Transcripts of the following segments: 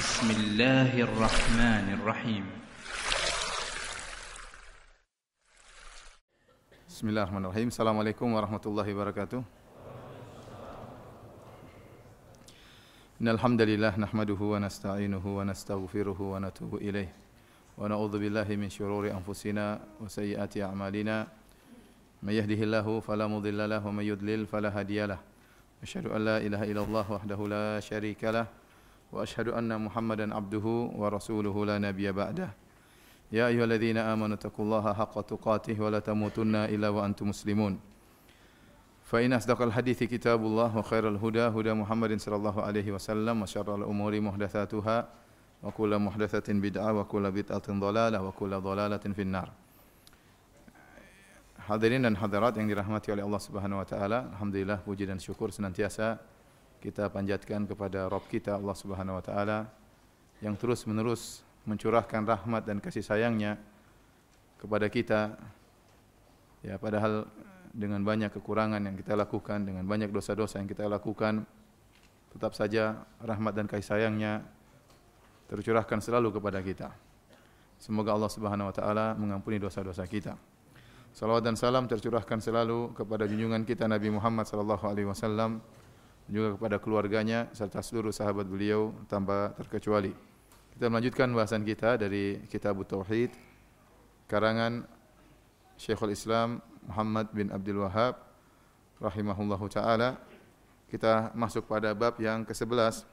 Bismillahirrahmanirrahim. Bismillahirrahmanirrahim. Assalamualaikum warahmatullahi wabarakatuh. Innal hamdalillah nahmaduhu wa nasta'inuhu wa nastaghfiruhu wa natubu ilaih. Wa na'udzu billahi min syururi anfusina wa sayyiati a'malina. May yahdihillahu fala mudilla lahu wa may yudlil fala hadiyalah. Asyhadu an la ilaha illallah wahdahu la syarikalah wa asyhadu anna Muhammadan abduhu wa rasuluhu la nabiyya ba'dah. Ya ayyuhalladzina amanu taqullaha haqqa tuqatih wa la tamutunna illa wa antum muslimun. Fa in asdaqal hadithi kitabullah wa khairal huda huda Muhammadin sallallahu alaihi wasallam wa syarrul umuri muhdatsatuha wa kullu muhdatsatin bid'ah wa kullu bid'atin dhalalah wa kullu dhalalatin finnar. Hadirin dan hadirat yang dirahmati oleh Allah Subhanahu wa taala, alhamdulillah puji dan syukur senantiasa kita panjatkan kepada Rabb kita Allah Subhanahu wa taala yang terus-menerus mencurahkan rahmat dan kasih sayang-Nya kepada kita. Ya, padahal dengan banyak kekurangan yang kita lakukan, dengan banyak dosa-dosa yang kita lakukan, tetap saja rahmat dan kasih sayang-Nya tercurahkan selalu kepada kita. Semoga Allah Subhanahu wa taala mengampuni dosa-dosa kita. Salawat dan salam tercurahkan selalu kepada junjungan kita Nabi Muhammad sallallahu alaihi wasallam, juga kepada keluarganya serta seluruh sahabat beliau tanpa terkecuali. Kita melanjutkan bahasan kita dari Kitab Tauhid karangan Syekhul Islam Muhammad bin Abdul Wahhab rahimahullahu taala. Kita masuk pada bab yang ke-11.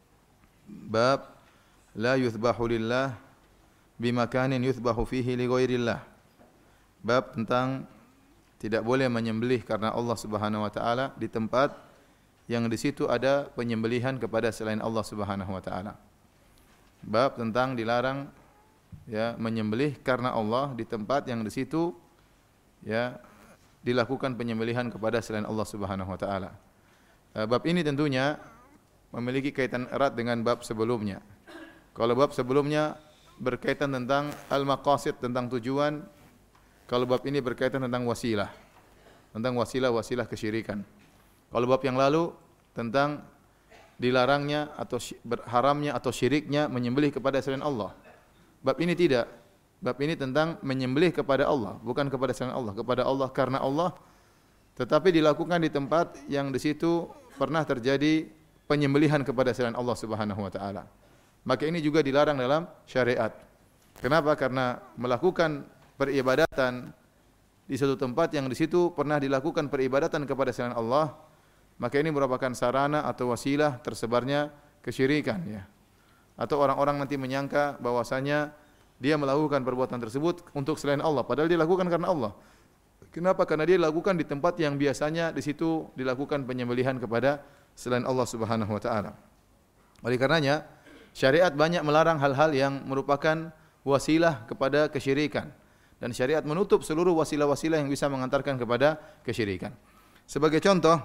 Bab la yuthbahu lillah bimakanin yuthbahu fihi li ghairillah. Bab tentang tidak boleh menyembelih karena Allah Subhanahu wa taala di tempat yang di situ ada penyembelihan kepada selain Allah Subhanahu wa taala. Bab tentang dilarang ya menyembelih karena Allah di tempat yang di situ ya dilakukan penyembelihan kepada selain Allah Subhanahu wa taala. Bab ini tentunya memiliki kaitan erat dengan bab sebelumnya. Kalau bab sebelumnya berkaitan tentang al-maqasid, tentang tujuan, kalau bab ini berkaitan tentang wasilah, tentang wasilah-wasilah kesyirikan. Kalau bab yang lalu tentang dilarangnya atau haramnya atau syiriknya menyembelih kepada selain Allah. Bab ini tidak. Bab ini tentang menyembelih kepada Allah, bukan kepada selain Allah, kepada Allah karena Allah, tetapi dilakukan di tempat yang di situ pernah terjadi penyembelihan kepada selain Allah Subhanahu wa taala. Maka ini juga dilarang dalam syariat. Kenapa? Karena melakukan peribadatan di suatu tempat yang di situ pernah dilakukan peribadatan kepada selain Allah, maka ini merupakan sarana atau wasilah tersebarnya kesyirikan ya. Atau orang-orang nanti menyangka bahwasanya dia melakukan perbuatan tersebut untuk selain Allah, padahal dia lakukan karena Allah. Kenapa? Karena dia lakukan di tempat yang biasanya di situ dilakukan penyembelihan kepada selain Allah Subhanahu wa taala. Oleh karenanya, syariat banyak melarang hal-hal yang merupakan wasilah kepada kesyirikan, dan syariat menutup seluruh wasilah-wasilah yang bisa mengantarkan kepada kesyirikan. Sebagai contoh,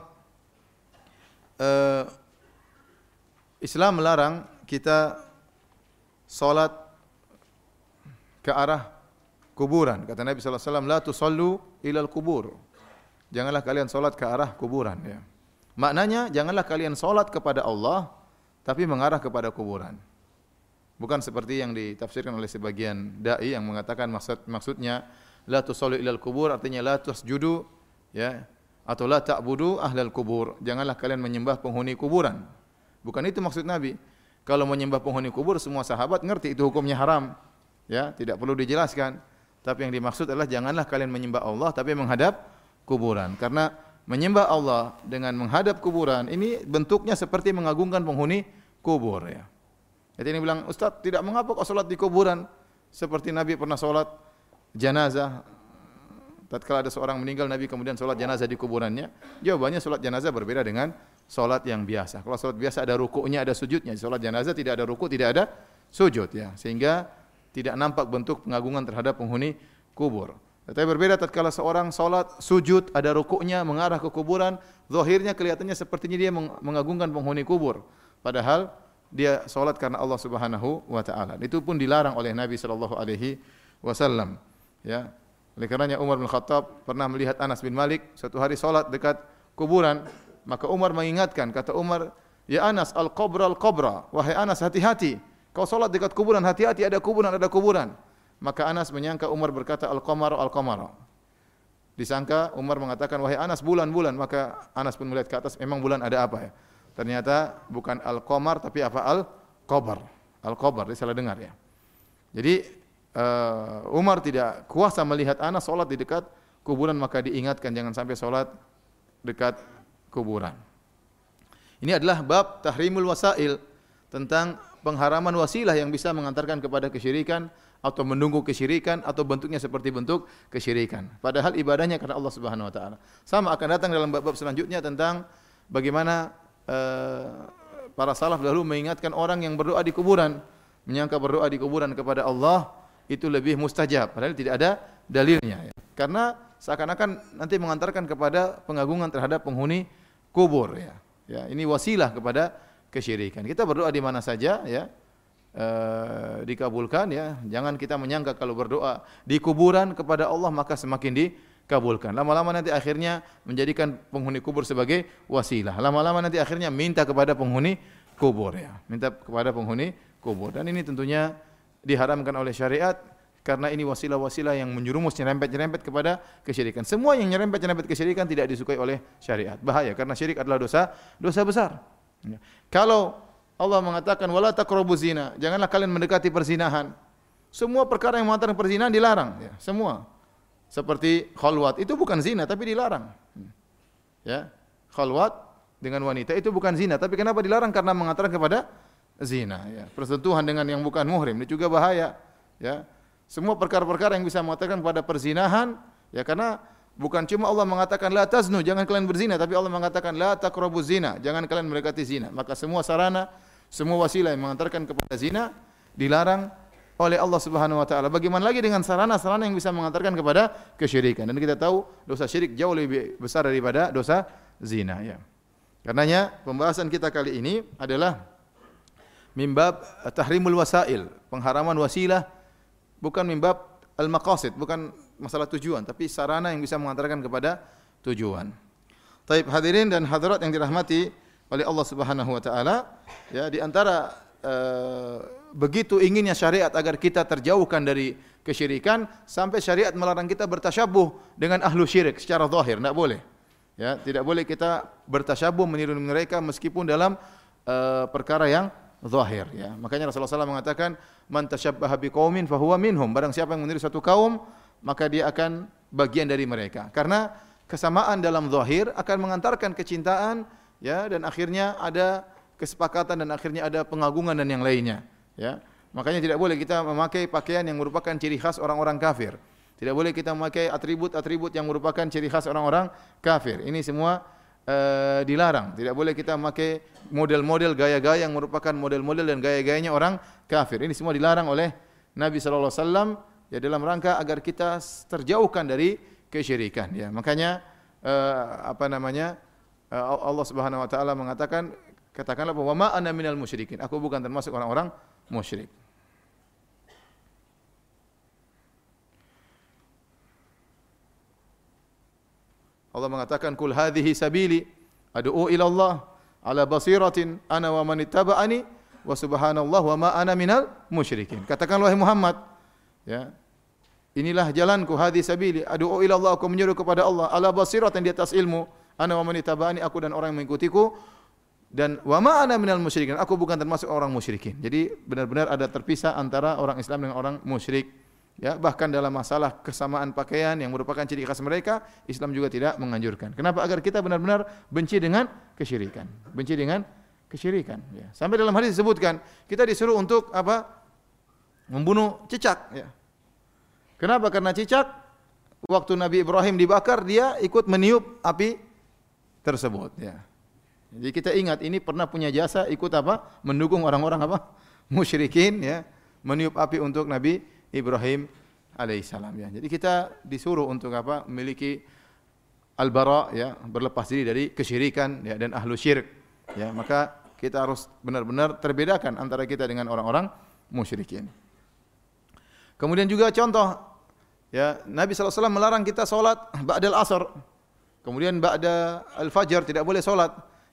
Islam melarang kita salat ke arah kuburan. Kata Nabi sallallahu alaihi wasallam, la tusallu ilal kubur. Janganlah kalian salat ke arah kuburan ya. Maknanya janganlah kalian salat kepada Allah tapi mengarah kepada kuburan. Bukan seperti yang ditafsirkan oleh sebagian dai yang mengatakan maksudnya la tusallu ilal kubur artinya la tasjudu ya, atau la ta'budu ahlal kubur. Janganlah kalian menyembah penghuni kuburan. Bukan itu maksud Nabi. Kalau menyembah penghuni kubur semua sahabat ngerti itu hukumnya haram. Ya, tidak perlu dijelaskan. Tapi yang dimaksud adalah janganlah kalian menyembah Allah tapi menghadap kuburan. Karena menyembah Allah dengan menghadap kuburan ini bentuknya seperti mengagungkan penghuni kubur ya. Jadi ini bilang, "Ustaz, tidak mengapa kok salat di kuburan? Seperti Nabi pernah salat janazah. Tatkala ada seorang meninggal, Nabi kemudian salat jenazah di kuburannya." Jawabannya salat jenazah berbeda dengan salat yang biasa. Kalau salat biasa ada rukuknya, ada sujudnya. Salat jenazah tidak ada rukuk, tidak ada sujud ya. Sehingga tidak nampak bentuk pengagungan terhadap penghuni kubur. Tetapi berbeda tatkala seorang salat sujud, ada rukuknya mengarah ke kuburan, zahirnya kelihatannya sepertinya dia mengagungkan penghuni kubur. Padahal dia salat karena Allah Subhanahu wa taala. Itu pun dilarang oleh Nabi sallallahu alaihi wasallam ya. Oleh karenanya Umar bin Khattab pernah melihat Anas bin Malik suatu hari salat dekat kuburan, maka Umar mengingatkan, kata Umar, "Ya Anas, al-qabra, wahai Anas, hati-hati. Kau salat dekat kuburan, hati-hati ada kuburan, ada kuburan. Maka Anas menyangka Umar berkata al-qamar, al-qamar. Disangka Umar mengatakan wahai Anas bulan, bulan. Maka Anas pun melihat ke atas, memang bulan ada apa ya? Ternyata bukan al-qamar tapi apa? Al-qabar. Al-qabar, dia salah dengar ya. Jadi Umar tidak kuasa melihat Anas salat di dekat kuburan, maka diingatkan jangan sampai salat dekat kuburan. Ini adalah bab tahrimul wasail, tentang pengharaman wasilah yang bisa mengantarkan kepada kesyirikan atau menunggu kesyirikan atau bentuknya seperti bentuk kesyirikan. Padahal ibadahnya karena Allah Subhanahu wa taala. Sama akan datang dalam bab-bab selanjutnya tentang bagaimana para salaf dahulu mengingatkan orang yang berdoa di kuburan, menyangka berdoa di kuburan kepada Allah itu lebih mustajab, padahal tidak ada dalilnya ya. Karena seakan-akan nanti mengantarkan kepada pengagungan terhadap penghuni kubur ya. Ya, ini wasilah kepada kesyirikan. Kita berdoa di mana saja ya, dikabulkan ya. Jangan kita menyangka kalau berdoa di kuburan kepada Allah maka semakin dikabulkan. Lama-lama nanti akhirnya menjadikan penghuni kubur sebagai wasilah. Lama-lama nanti akhirnya minta kepada penghuni kubur ya. Minta kepada penghuni kubur. Dan ini tentunya diharamkan oleh syariat karena ini wasilah-wasilah yang menjerumus nyerempet-nyerempet kepada kesyirikan. Semua yang nyerempet-nyerempet kesyirikan tidak disukai oleh syariat. Bahaya karena syirik adalah dosa besar. Ya. Kalau Allah mengatakan wala taqrabuz zina, janganlah kalian mendekati perzinahan. Semua perkara yang mengantarkan perzinahan dilarang, ya, semua. Seperti khalwat itu bukan zina tapi dilarang. Ya, khalwat dengan wanita itu bukan zina tapi kenapa dilarang? Karena mengantarkan kepada zina, ya. Persentuhan dengan yang bukan muhrim itu juga bahaya, ya. Semua perkara-perkara yang bisa mengantarkan kepada perzinahan, ya, karena bukan cuma Allah mengatakan la taznu, jangan kalian berzina, tapi Allah mengatakan la taqrabuz zina, jangan kalian mendekati zina. Maka semua sarana, semua wasilah yang mengantarkan kepada zina dilarang oleh Allah Subhanahu wa taala. Bagaimana lagi dengan sarana-sarana yang bisa mengantarkan kepada kesyirikan? Dan kita tahu dosa syirik jauh lebih besar daripada dosa zina, ya. Karenanya pembahasan kita kali ini adalah mimbab tahrimul wasail, pengharaman wasilah, bukan mimbab al-maqasid, bukan masalah tujuan, tapi sarana yang bisa mengantarkan kepada tujuan. Taib hadirin dan hadirat yang dirahmati oleh Allah Subhanahu wa taala, ya, di antara begitu inginnya syariat agar kita terjauhkan dari kesyirikan sampai syariat melarang kita bertasyabuh dengan ahlu syirik secara zahir, tidak boleh. Ya, tidak boleh kita bertasyabuh meniru mereka meskipun dalam perkara yang zahir, ya. Makanya Rasulullah SAW mengatakan man tasyabbaha biqaumin fahuwa minhum. Barang siapa yang meniru satu kaum maka dia akan bagian dari mereka. Karena kesamaan dalam zahir akan mengantarkan kecintaan, ya, dan akhirnya ada kesepakatan dan akhirnya ada pengagungan dan yang lainnya, ya. Makanya tidak boleh kita memakai pakaian yang merupakan ciri khas orang-orang kafir. Tidak boleh kita memakai atribut-atribut yang merupakan ciri khas orang-orang kafir. Ini semua dilarang. Tidak boleh kita memakai model-model gaya-gaya yang merupakan model-model dan gaya-gayanya orang kafir. Ini semua dilarang oleh Nabi sallallahu alaihi wasallam, ya, dalam rangka agar kita terjauhkan dari kesyirikan, ya. Makanya Allah Subhanahu wa taala mengatakan, katakanlah bahwa ma ana minal musyrikin, aku bukan termasuk orang-orang musyrik. Allah mengatakan kul hadhihi sabili ad'u ila Allah ala basiratin ana wa man ittaba'ani wa subhanallah wa ma ana minal musyrikin. Katakanlah wahai Muhammad, ya, inilah jalanku, hadhihi sabili ad'u ila Allah, aku menyeru kepada Allah ala basiratin, di atas ilmu, ana wa man ittaba'ani, aku dan orang yang mengikutiku, dan wa ma ana minal musyrikin, aku bukan termasuk orang musyrikin. Jadi benar-benar ada terpisah antara orang Islam dengan orang musyrik. Ya, bahkan dalam masalah kesamaan pakaian yang merupakan ciri khas mereka, Islam juga tidak menganjurkan. Kenapa? Agar kita benar-benar benci dengan kesyirikan. Benci dengan kesyirikan, ya. Sampai dalam hadis disebutkan, kita disuruh untuk apa? Membunuh cicak, ya. Kenapa? Karena cicak waktu Nabi Ibrahim dibakar, dia ikut meniup api tersebut, ya. Jadi kita ingat ini pernah punya jasa ikut apa? Mendukung orang-orang apa? Musyrikin, ya, meniup api untuk Nabi Ibrahim alaihissalam, ya. Jadi kita disuruh untuk apa? Memiliki al-bara, ya, berlepas diri dari kesyirikan, ya, dan ahlu syirik, ya. Maka kita harus benar-benar terbedakan antara kita dengan orang-orang musyrikin. Kemudian juga contoh, ya, Nabi sallallahu alaihi wasallam melarang kita salat ba'dal asar. Kemudian ba'da al-fajr tidak boleh salat.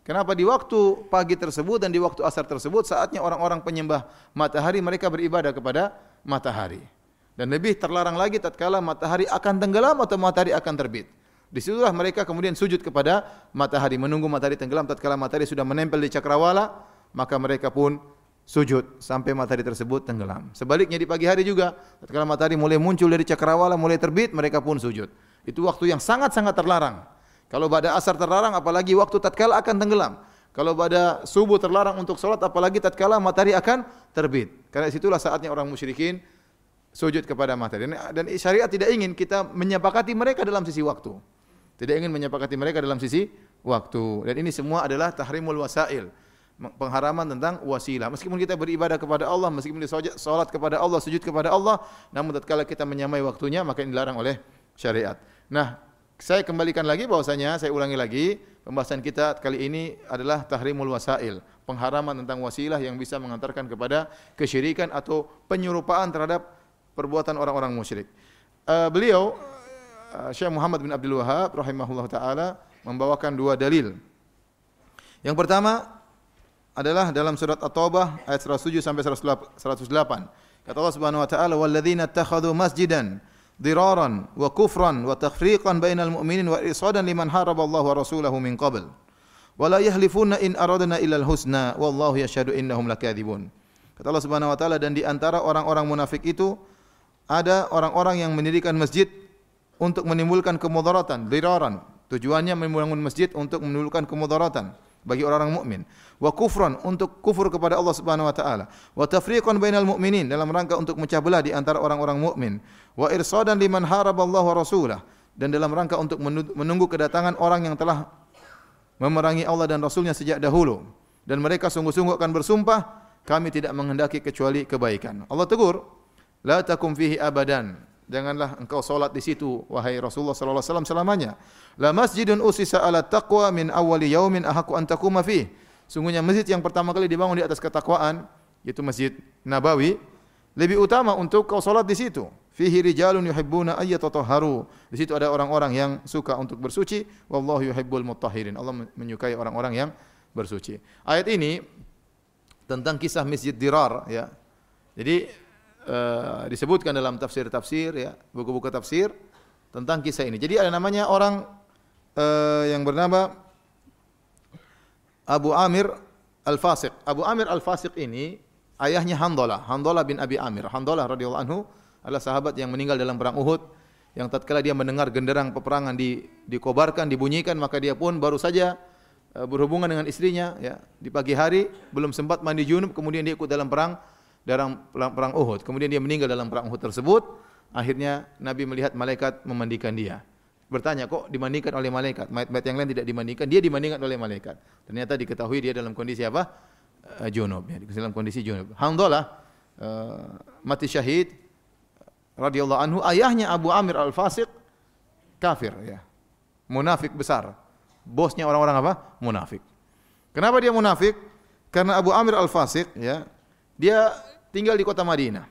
Kenapa di waktu pagi tersebut dan di waktu asar tersebut saatnya orang-orang penyembah matahari mereka beribadah kepada matahari. Dan lebih terlarang lagi tatkala matahari akan tenggelam atau matahari akan terbit. Disitulah mereka kemudian sujud kepada matahari, menunggu matahari tenggelam. Tatkala matahari sudah menempel di cakrawala, maka mereka pun sujud sampai matahari tersebut tenggelam. Sebaliknya di pagi hari juga, tatkala matahari mulai muncul dari cakrawala, mulai terbit, mereka pun sujud. Itu waktu yang sangat-sangat terlarang. Kalau pada asar terlarang, apalagi waktu tatkala akan tenggelam. Kalau pada subuh terlarang untuk salat, apalagi tatkala matahari akan terbit. Karena situlah saatnya orang musyrikin sujud kepada matahari. Dan syariat tidak ingin kita menyepakati mereka dalam sisi waktu. Tidak ingin menyepakati mereka dalam sisi waktu. Dan ini semua adalah tahrimul wasail. Pengharaman tentang wasilah. Meskipun kita beribadah kepada Allah, meskipun kita salat kepada Allah, sujud kepada Allah, namun tatkala kita menyamai waktunya, maka ini dilarang oleh syariat. Nah, saya kembalikan lagi bahwasanya, saya ulangi lagi, pembahasan kita kali ini adalah tahrimul wasail, pengharaman tentang wasilah yang bisa mengantarkan kepada kesyirikan atau penyerupaan terhadap perbuatan orang-orang musyrik. Beliau Syekh Muhammad bin Abdul Wahhab rahimahullah taala membawakan dua dalil. Yang pertama adalah dalam surat At-Taubah ayat 107 sampai 108. Kata Allah Subhanahu wa taala, "Walladzina ittakhadhu masjidan diraran wa kufran wa tafriqan bainal mu'minin wa irsadan liman haraballahu wa rasulahu min qabl wa la yahlifuna in aradna illa al-husna wallahu yashhadu innahum lakadzibun." Kata Allah Subhanahu wa taala, dan di antara orang-orang munafik itu ada orang-orang yang mendirikan masjid untuk menimbulkan kemudaratan, diraran. Tujuannya membangun masjid untuk menimbulkan kemudaratan bagi orang-orang mukmin. Wa kufran, untuk kufur kepada Allah Subhanahu wa taala. Wa tafriqan bainal mu'minin, dalam rangka untuk memecah belah di antara orang-orang mukmin. Wa irsadan liman haraballahu wa rasulah, dan dalam rangka untuk menunggu kedatangan orang yang telah memerangi Allah dan Rasulnya sejak dahulu. Dan mereka sungguh-sungguh akan bersumpah, kami tidak menghendaki kecuali kebaikan. Allah tegur, la takum fihi abadan. Janganlah engkau salat di situ wahai Rasulullah sallallahu alaihi wasallam selamanya. La masjidun usisa ala taqwa min awwali yaumin ahaqqu an taquma fihi. Sungguhnya masjid yang pertama kali dibangun di atas ketakwaan, yaitu Masjid Nabawi, lebih utama untuk kau salat di situ. Fihi rijalun yuhibbuna ayyatatahharu. Di situ ada orang-orang yang suka untuk bersuci, wallahu yuhibbul mutahhirin. Allah menyukai orang-orang yang bersuci. Ayat ini tentang kisah Masjid Dirar, ya. Jadi disebutkan dalam tafsir-tafsir, ya, buku-buku tafsir tentang kisah ini. Jadi ada namanya orang yang bernama Abu Amir Al-Fasiq. Abu Amir Al-Fasiq ini ayahnya Handalah bin Abi Amir. Handalah radhiyallahu anhu adalah sahabat yang meninggal dalam perang Uhud, yang tatkala dia mendengar genderang peperangan dikobarkan, dibunyikan, maka dia pun baru saja berhubungan dengan istrinya, ya, di pagi hari, belum sempat mandi junub, kemudian dia ikut dalam perang Uhud. Kemudian dia meninggal dalam perang Uhud tersebut. Akhirnya Nabi melihat malaikat memandikan dia. Bertanya, kok dimandikan oleh malaikat? Mayat-mayat yang lain tidak dimandikan, dia dimandikan oleh malaikat. Ternyata diketahui dia dalam kondisi apa? Junub, ya, dalam kondisi junub. Handalah mati syahid radhiyallahu anhu. Ayahnya Abu Amir Al-Fasiq kafir, ya. Munafik besar. Bosnya orang-orang apa? Munafik. Kenapa dia munafik? Karena Abu Amir Al-Fasiq, ya, dia tinggal di kota Madinah.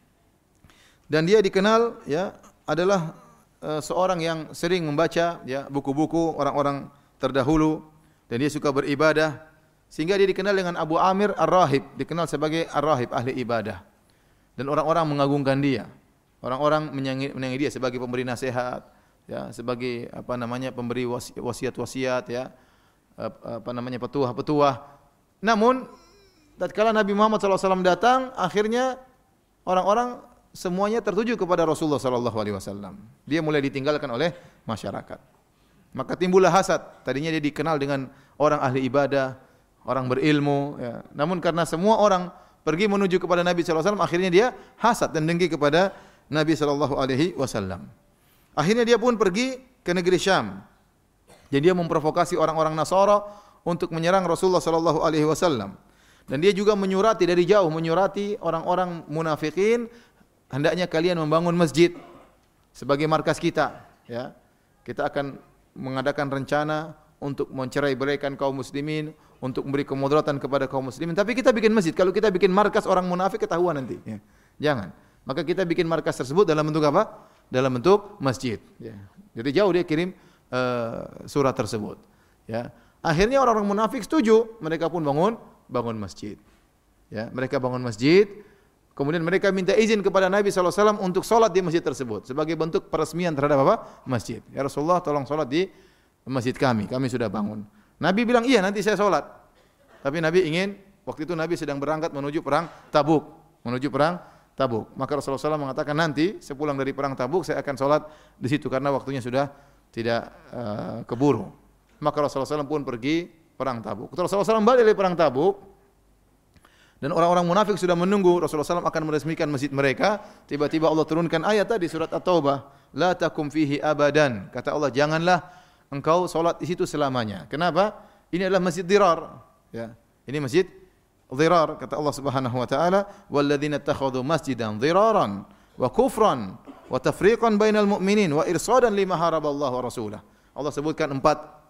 Dan dia dikenal, ya, adalah seorang yang sering membaca, ya, buku-buku orang-orang terdahulu, dan dia suka beribadah, sehingga dia dikenal dengan Abu Amir Ar-Rahib, dikenal sebagai Ar-Rahib, ahli ibadah. Dan orang-orang mengagungkan dia. Orang-orang menyayangi dia sebagai pemberi nasihat, ya, sebagai pemberi wasiat-wasiat, ya, petuah-petuah. Namun tatkala Nabi Muhammad SAW datang, akhirnya orang-orang semuanya tertuju kepada Rasulullah SAW. Dia mulai ditinggalkan oleh masyarakat. Maka timbullah hasad. Tadinya dia dikenal dengan orang ahli ibadah, orang berilmu, ya. Namun karena semua orang pergi menuju kepada Nabi SAW, akhirnya dia hasad dan dengki kepada Nabi SAW. Akhirnya dia pun pergi ke negeri Syam. Jadi dia memprovokasi orang-orang Nasara untuk menyerang Rasulullah SAW. Dan dia juga menyurati dari jauh, menyurati orang-orang munafikin, hendaknya kalian membangun masjid sebagai markas kita, ya. Kita akan mengadakan rencana untuk mencerai-beraikan kaum muslimin, untuk memberi kemudaratan kepada kaum muslimin, tapi kita bikin masjid. Kalau kita bikin markas orang munafik, ketahuan nanti, ya. Jangan. Maka kita bikin markas tersebut dalam bentuk apa? Dalam bentuk masjid, ya. Jadi jauh dia kirim surat tersebut, ya. Akhirnya orang-orang munafik setuju, mereka pun bangun masjid. Ya, mereka bangun masjid. Kemudian mereka minta izin kepada Nabi SAW untuk sholat di masjid tersebut sebagai bentuk peresmian terhadap apa? Masjid. Ya Rasulullah, tolong sholat di masjid kami sudah bangun. Nabi bilang, iya nanti saya sholat. Tapi Nabi ingin, waktu itu Nabi sedang berangkat menuju perang Tabuk. Maka Rasulullah SAW mengatakan, nanti sepulang dari perang Tabuk saya akan sholat di situ karena waktunya sudah tidak keburu. Maka Rasulullah SAW pun pergi perang Tabuk. Rasulullah SAW balik dari perang Tabuk. Dan orang-orang munafik sudah menunggu Rasulullah SAW akan meresmikan masjid mereka. Tiba-tiba Allah turunkan ayat tadi surat At-Taubah, la takum fihi abadan. Kata Allah, janganlah engkau solat di situ selamanya. Kenapa? Ini adalah masjid dirar. Ya, ini masjid dirar. Kata Allah Subhanahu Wa Taala, walladzina ittakhadhu masjidan diraran wa kufran wa tafriqan bainal mu'minin wa irsadan lima haraballahu wa rasulah. Allah sebutkan 4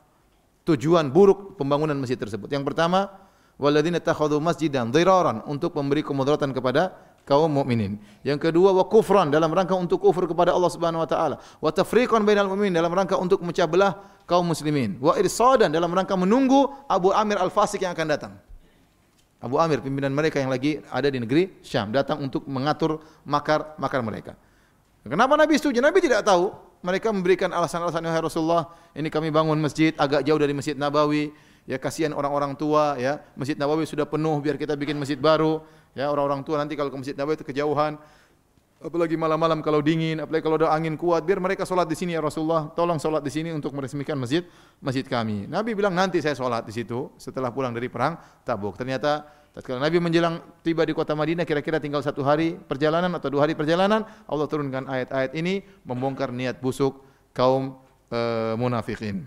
tujuan buruk pembangunan masjid tersebut. Yang pertama, walladzina takhadhu masjidan dhiraran, untuk memberi kemudaratan kepada kaum mukminin. Yang kedua, wa kufran, dalam rangka untuk kufur kepada Allah Subhanahu wa taala. Wa tafriqan bainal mu'minin, dalam rangka untuk memecah belah kaum muslimin. Wa irsadan, dalam rangka menunggu Abu Amir Al-Fasik yang akan datang. Abu Amir, pimpinan mereka yang lagi ada di negeri Syam, datang untuk mengatur makar mereka. Kenapa Nabi setuju? Nabi tidak tahu. Mereka memberikan alasan-alasan, ya Rasulullah, ini kami bangun masjid agak jauh dari Masjid Nabawi. Ya, kasihan orang-orang tua, ya. Masjid Nabawi sudah penuh, biar kita bikin masjid baru. Ya, orang-orang tua nanti kalau ke Masjid Nabawi itu kejauhan. Apalagi malam-malam kalau dingin, apalagi kalau ada angin kuat, biar mereka solat di sini ya Rasulullah. Tolong solat di sini untuk meresmikan masjid kami. Nabi bilang nanti saya solat di situ setelah pulang dari perang Tabuk. Ternyata tatkala Nabi menjelang tiba di kota Madinah, kira-kira tinggal 1 hari perjalanan atau 2 hari perjalanan, Allah turunkan ayat-ayat ini membongkar niat busuk kaum munafikin.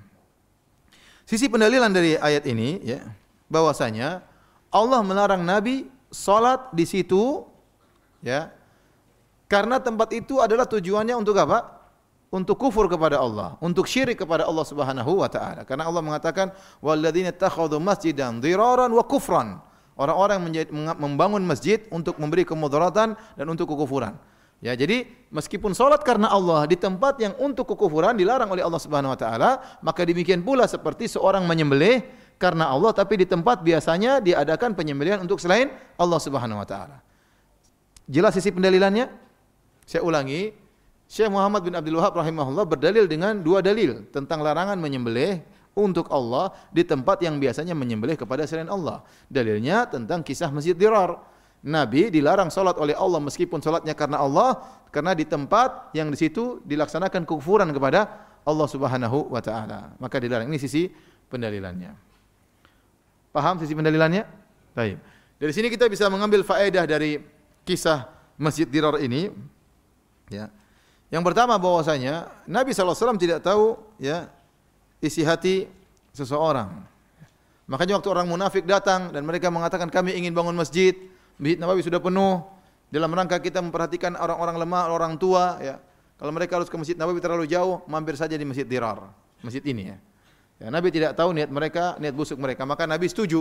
Sisi pendalilan dari ayat ini, ya, bahwasanya Allah melarang Nabi salat di situ, ya, karena tempat itu adalah tujuannya untuk apa? Untuk kufur kepada Allah, untuk syirik kepada Allah Subhanahu wa taala. Karena Allah mengatakan walladzina ittakhadhu masjidan dhiraran wa kufran. Orang-orang yang membangun masjid untuk memberi kemudaratan dan untuk kekufuran. Ya, jadi meskipun salat karena Allah di tempat yang untuk kekufuran dilarang oleh Allah Subhanahu wa taala, maka demikian pula seperti seorang menyembelih karena Allah tapi di tempat biasanya diadakan penyembelihan untuk selain Allah Subhanahu wa taala. Jelas sisi pendalilannya? Saya ulangi, Syekh Muhammad bin Abdul Wahab rahimahullah berdalil dengan 2 dalil tentang larangan menyembelih untuk Allah di tempat yang biasanya menyembelih kepada selain Allah. Dalilnya tentang kisah Masjid Dirar. Nabi dilarang salat oleh Allah meskipun salatnya karena Allah, karena di tempat yang di situ dilaksanakan kekufuran kepada Allah Subhanahu wa taala. Maka dilarang. Ini sisi pendalilannya. Paham sisi pendalilannya? Baik. Dari sini kita bisa mengambil faedah dari kisah Masjid Dirar ini, ya. Yang pertama bahwasanya Nabi SAW tidak tahu, ya, isi hati seseorang. Makanya waktu orang munafik datang dan mereka mengatakan kami ingin bangun masjid Nabawi sudah penuh, dalam rangka kita memperhatikan orang-orang lemah, orang tua, ya. Kalau mereka harus ke Masjid Nabawi terlalu jauh, mampir saja di Masjid Dirar, masjid ini, ya. Ya, Nabi tidak tahu niat mereka, niat busuk mereka, maka Nabi setuju.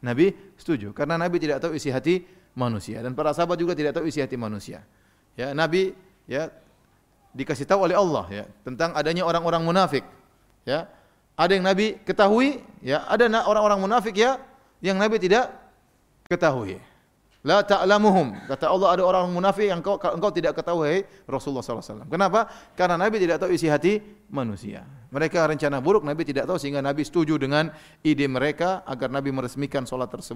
Karena Nabi tidak tahu isi hati manusia dan para sahabat juga tidak tahu isi hati manusia. Ya, Nabi, ya, dikasih tahu oleh Allah, ya, tentang adanya orang-orang munafik. Ya, ada yang Nabi ketahui, ya, ada orang-orang munafik, ya, yang Nabi tidak ketahui. La ta'lamuhum, kata Allah, ada orang munafik yang engkau tidak ketahui, Rasulullah SAW. Kenapa? Karena Nabi tidak tahu isi hati manusia. Mereka rencana buruk, Nabi tidak tahu, sehingga Nabi setuju dengan ide mereka agar Nabi meresmikan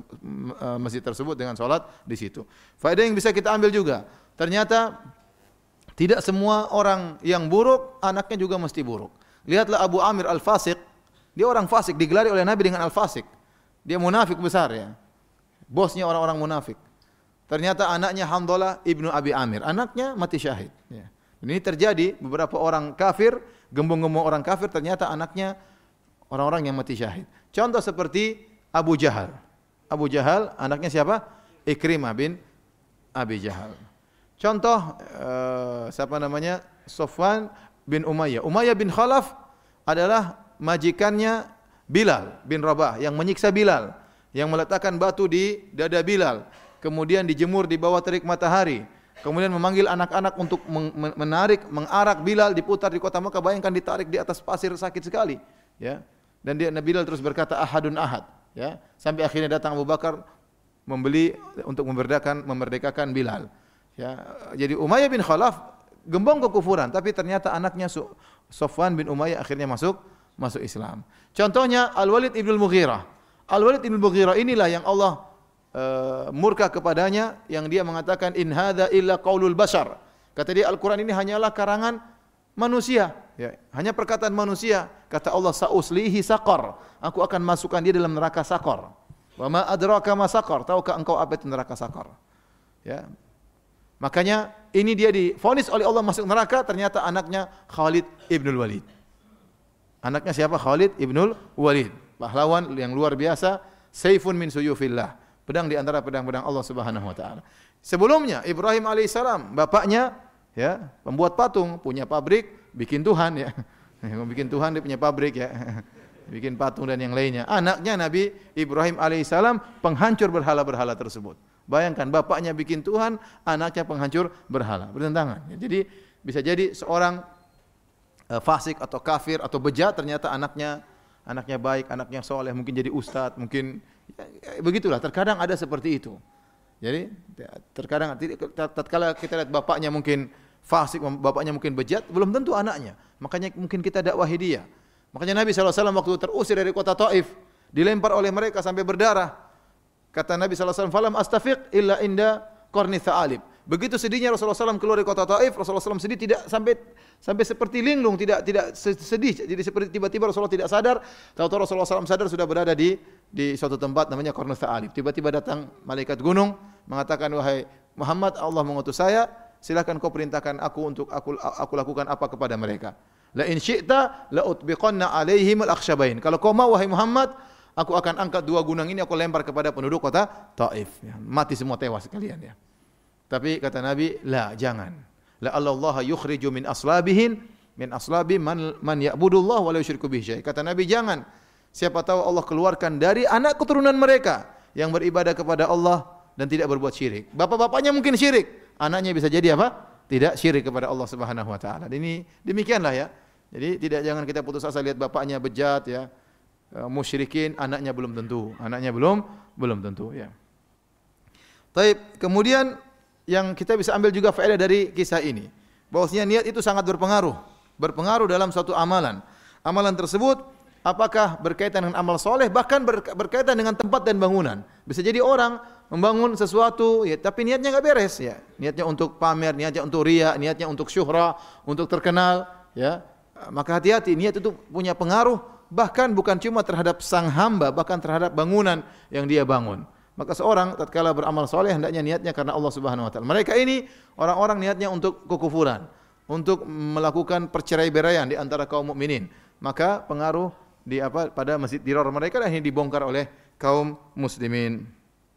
masjid tersebut dengan solat di situ. Faedah yang bisa kita ambil juga, ternyata tidak semua orang yang buruk anaknya juga mesti buruk. Lihatlah Abu Amir Al-Fasik, dia orang fasik, digelari oleh Nabi dengan Al-Fasik. Dia munafik besar, ya, bosnya orang-orang munafik. Ternyata anaknya Hamdalah ibnu Abi Amir, anaknya mati syahid. Ya. Ini terjadi, beberapa orang kafir, gembong-gembong orang kafir, ternyata anaknya orang-orang yang mati syahid. Contoh seperti Abu Jahal. Abu Jahal, anaknya siapa? Ikrimah bin Abi Jahal. Contoh, siapa namanya? Sofwan bin Umayyah. Umayyah bin Khalaf adalah majikannya Bilal bin Rabah, yang menyiksa Bilal, yang meletakkan batu di dada Bilal. Kemudian dijemur di bawah terik matahari. Kemudian memanggil anak-anak untuk mengarak Bilal, diputar di kota Mekah. Bayangkan ditarik di atas pasir, sakit sekali. Ya. Dan Bilal terus berkata ahadun ahad, ya. Sampai akhirnya datang Abu Bakar membeli untuk memerdekakan Bilal. Ya, jadi Umayyah bin Khalaf gembong kekufuran, tapi ternyata anaknya Safwan bin Umayyah akhirnya masuk Islam. Contohnya Al-Walid ibn Mughirah. Al-Walid ibn Mughirah inilah yang Allah murka kepadanya, yang dia mengatakan in hadza illa qaulul bashar. Kata dia Al-Quran ini hanyalah karangan manusia, ya, hanya perkataan manusia. Kata Allah sauslihi saqar, aku akan masukkan dia dalam neraka Saqar. Wa ma adraka ma saqar, tahukah engkau apa itu neraka Saqar? Ya. Makanya ini dia divonis oleh Allah masuk neraka, ternyata anaknya Khalid ibnul Walid. Anaknya siapa? Khalid ibnul Walid, pahlawan yang luar biasa, saifun min suyufillah, pedang di antara pedang-pedang Allah Subhanahu wa taala. Sebelumnya Ibrahim alaihissalam, bapaknya ya pembuat patung, punya pabrik, bikin Tuhan ya. Bikin Tuhan, dia punya pabrik ya. Bikin patung dan yang lainnya. Anaknya Nabi Ibrahim alaihissalam penghancur berhala-berhala tersebut. Bayangkan bapaknya bikin Tuhan, anaknya penghancur berhala, bertentangan. Jadi bisa jadi seorang fasik atau kafir atau bejat, ternyata anaknya baik, anaknya soleh, mungkin jadi ustadz, mungkin ya, begitulah. Terkadang ada seperti itu. Jadi terkadang tatkala kita lihat bapaknya mungkin fasik, bapaknya mungkin bejat, belum tentu anaknya. Makanya mungkin kita dakwahi dia. Makanya Nabi SAW waktu terusir dari kota Taif, dilempar oleh mereka sampai berdarah. Kata Nabi SAW, falam astafiq illa inda qarni tha'alib. Begitu sedihnya Rasulullah SAW keluar dari kota Taif, Rasulullah SAW sedih tidak sampai seperti linglung, tidak sedih. Jadi seperti tiba-tiba Rasulullah tidak sadar, tahu-tahu Rasulullah SAW sadar sudah berada di suatu tempat namanya qarni tha'alib. Tiba-tiba datang malaikat gunung mengatakan, wahai Muhammad, Allah mengutus saya, silakan kau perintahkan aku untuk aku lakukan apa kepada mereka. La in syi'ta la utbiqanna alaihim al-akhshabain. Kalau kau mau wahai Muhammad, aku akan angkat dua gunung ini, aku lempar kepada penduduk kota Taif. Ya, mati semua, tewas sekalian ya. Tapi kata Nabi, la, jangan. La Allah yukhriju min aslabihin min aslabi man ya'budullah wa la yusyriku bihi syai'. Kata Nabi, jangan. Siapa tahu Allah keluarkan dari anak keturunan mereka yang beribadah kepada Allah dan tidak berbuat syirik. Bapak-bapaknya mungkin syirik, anaknya bisa jadi apa? Tidak syirik kepada Allah Subhanahu wa taala. Ini demikianlah ya. Jadi jangan kita putus asa lihat bapaknya bejat ya. Musyrikin, anaknya belum tentu ya. Taib, kemudian yang kita bisa ambil juga faedah dari kisah ini, bahwasanya niat itu sangat berpengaruh dalam suatu amalan. Amalan tersebut apakah berkaitan dengan amal soleh, bahkan berkaitan dengan tempat dan bangunan. Bisa jadi orang membangun sesuatu ya, tapi niatnya enggak beres ya. Niatnya untuk pamer, niatnya untuk riya, niatnya untuk syuhra, untuk terkenal ya. Maka hati-hati, niat itu punya pengaruh, bahkan bukan cuma terhadap sang hamba, bahkan terhadap bangunan yang dia bangun. Maka seorang tatkala beramal soleh hendaknya niatnya karena Allah Subhanahu wa taala. Mereka ini orang-orang niatnya untuk kekufuran, untuk melakukan perceraian di antara kaum mukminin. Maka pengaruh pada masjid Dirar mereka yang dibongkar oleh kaum muslimin.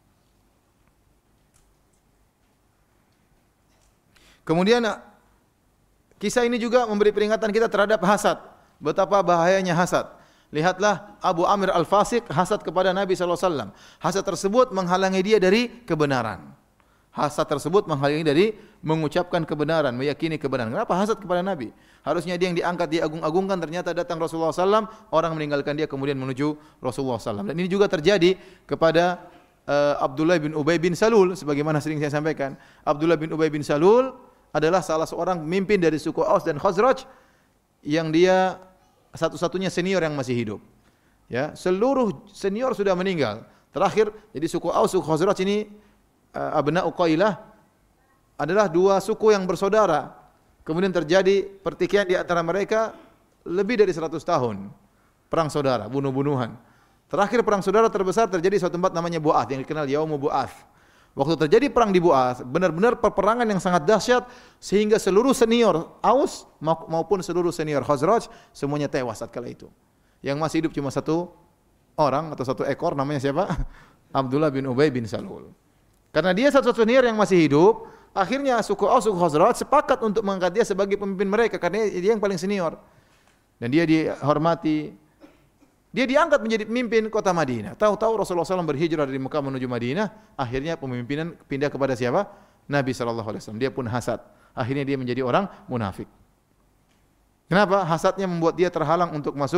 Kemudian kisah ini juga memberi peringatan kita terhadap hasad. Betapa bahayanya hasad. Lihatlah Abu Amir Al-Fasiq hasad kepada Nabi SAW. Hasad tersebut menghalangi dia dari kebenaran. Hasad tersebut menghalangi dari mengucapkan kebenaran, meyakini kebenaran. Kenapa hasad kepada Nabi? Harusnya dia yang diangkat, diagung-agungkan, ternyata datang Rasulullah SAW, orang meninggalkan dia kemudian menuju Rasulullah SAW. Dan ini juga terjadi kepada Abdullah bin Ubay bin Salul, sebagaimana sering saya sampaikan. Abdullah bin Ubay bin Salul adalah salah seorang pemimpin dari suku Aus dan Khazraj yang dia satu-satunya senior yang masih hidup. Ya, seluruh senior sudah meninggal. Terakhir, jadi suku Aus, suku Khazraj ini Abna'u Qailah adalah dua suku yang bersaudara. Kemudian terjadi pertikaian di antara mereka lebih dari 100 tahun. Perang saudara, bunuh-bunuhan. Terakhir perang saudara terbesar terjadi di suatu tempat namanya Bu'ath yang dikenal Yaumu Bu'ath. Waktu terjadi perang di Bu'ath, benar-benar peperangan yang sangat dahsyat sehingga seluruh senior Aus maupun seluruh senior Khazraj semuanya tewas tatkala itu. Yang masih hidup cuma satu orang atau satu ekor, namanya siapa? Abdullah bin Ubay bin Salul. Karena dia satu senior yang masih hidup, akhirnya suku Aus, suku Khazraj sepakat untuk mengangkat dia sebagai pemimpin mereka karena dia yang paling senior. Dan dia dihormati. Dia diangkat menjadi pemimpin kota Madinah. Tahu-tahu Rasulullah SAW berhijrah dari Mekah menuju Madinah. Akhirnya pemimpinan pindah kepada siapa? Nabi SAW. Dia pun hasad. Akhirnya dia menjadi orang munafik. Kenapa? Hasadnya membuat dia terhalang untuk masuk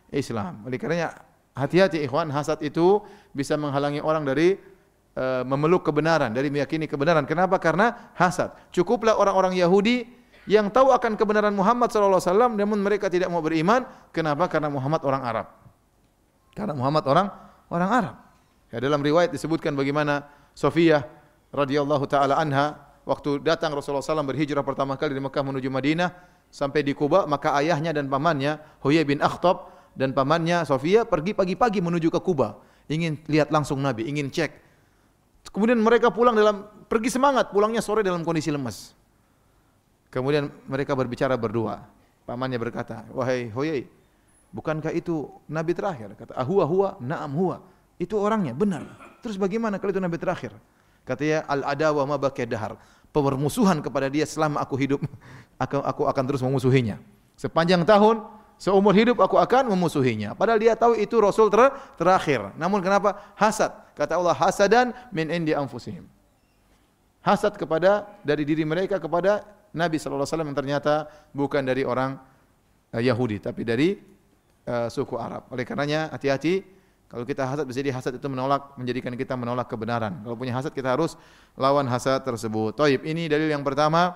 Islam. Oleh karenanya hati-hati ikhwan, hasad itu bisa menghalangi orang dari memeluk kebenaran, dari meyakini kebenaran. Kenapa? Karena hasad. Cukuplah orang-orang Yahudi yang tahu akan kebenaran Muhammad sallallahu alaihi wasallam namun mereka tidak mau beriman. Kenapa? Karena Muhammad orang Arab. Karena Muhammad orang Arab. Ya, dalam riwayat disebutkan bagaimana Sofiyah radhiyallahu taala anha waktu datang Rasulullah SAW berhijrah pertama kali dari Mekah menuju Madinah sampai di Kuba, maka ayahnya dan pamannya Huyai bin Akhtab dan pamannya Sofiyah pergi pagi-pagi menuju ke Kuba, ingin lihat langsung Nabi, ingin cek. Kemudian mereka pergi semangat, pulangnya sore dalam kondisi lemas. Kemudian mereka berbicara berdua. Pamannya berkata, "Wahai Huyai, bukankah itu Nabi terakhir?" Kata, "Huwa, na'am huwa." Itu orangnya, benar. Terus bagaimana kalau itu Nabi terakhir? Katanya, "Al-adawa ma baqiya dahar." Permusuhan kepada dia selama aku hidup, aku akan terus memusuhinya. Sepanjang tahun, seumur hidup aku akan memusuhinya. Padahal dia tahu itu Rasul terakhir. Namun kenapa? Hasad. Kata Allah, hasadan min indi anfusihim. Hasad dari diri mereka kepada Nabi sallallahu alaihi wasallam yang ternyata bukan dari orang Yahudi tapi dari suku Arab. Oleh karenanya hati-hati. Kalau kita hasad, bisa jadi hasad itu menjadikan kita menolak kebenaran. Kalau punya hasad, kita harus lawan hasad tersebut. Taib, ini dalil yang pertama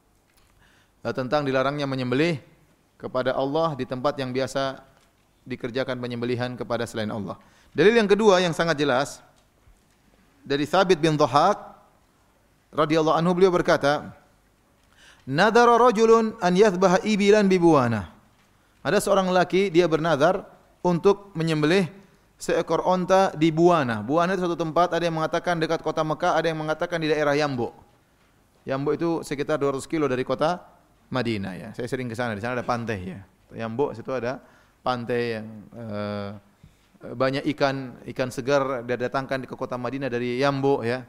tentang dilarangnya menyembelih kepada Allah di tempat yang biasa dikerjakan penyembelihan kepada selain Allah. Dalil yang kedua yang sangat jelas dari Thabit bin Dhahak radhiyallahu anhu, beliau berkata, "Nadara rajulun an yathbaha ibilan bibuwana." Ada seorang lelaki, dia bernazar untuk menyembelih seekor onta di Buana. Buana itu suatu tempat, ada yang mengatakan dekat kota Mekah, ada yang mengatakan di daerah Yambo. Yambo itu sekitar 200 kilo dari kota Madinah ya. Saya sering ke sana, di sana ada pantai ya. Yambo situ ada pantai yang banyak ikan segar didatangkan ke kota Madinah dari Yambo ya.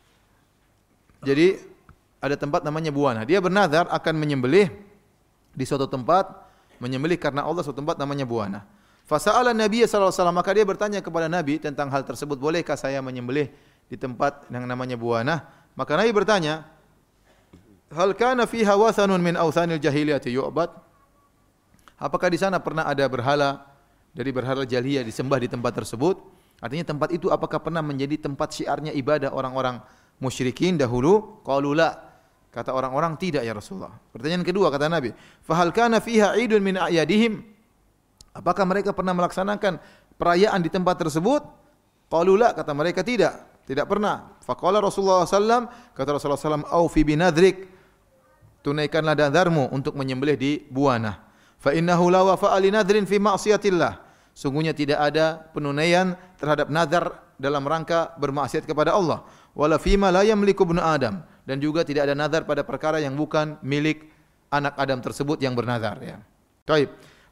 Jadi ada tempat namanya Buana. Dia bernazar akan menyembelih di suatu tempat, menyembelih karena Allah, suatu tempat namanya Buana. Fasa'ala Nabi sallallahu alaihi wasallam, maka dia bertanya kepada Nabi tentang hal tersebut, bolehkah saya menyembelih di tempat yang namanya Buana? Maka Nabi bertanya, hal kana fiha wathanun min awthanil jahiliyati yu'bad? Apakah di sana pernah ada berhala dari berhala jahiliyah disembah di tempat tersebut? Artinya tempat itu apakah pernah menjadi tempat syiarnya ibadah orang-orang musyrikin dahulu? Qalu la. Kata orang-orang, tidak ya Rasulullah. Pertanyaan kedua kata Nabi, fa hal kana fiha 'idun min a'yadihim? Apakah mereka pernah melaksanakan perayaan di tempat tersebut? Qalu la, kata mereka tidak pernah. Faqala Rasulullah sallam, kata Rasulullah sallam, aufi binadrik, tunaikanlah nadarmu untuk menyembelih di Buana. Fa innahu la wafa'a li nadrin fi ma'siyatillah. Sungguhnya tidak ada penunaian terhadap nazar dalam rangka bermaksiat kepada Allah. Wala fima la yamliku ibnu Adam, dan juga tidak ada nazar pada perkara yang bukan milik anak Adam tersebut yang bernazar ya. Baik.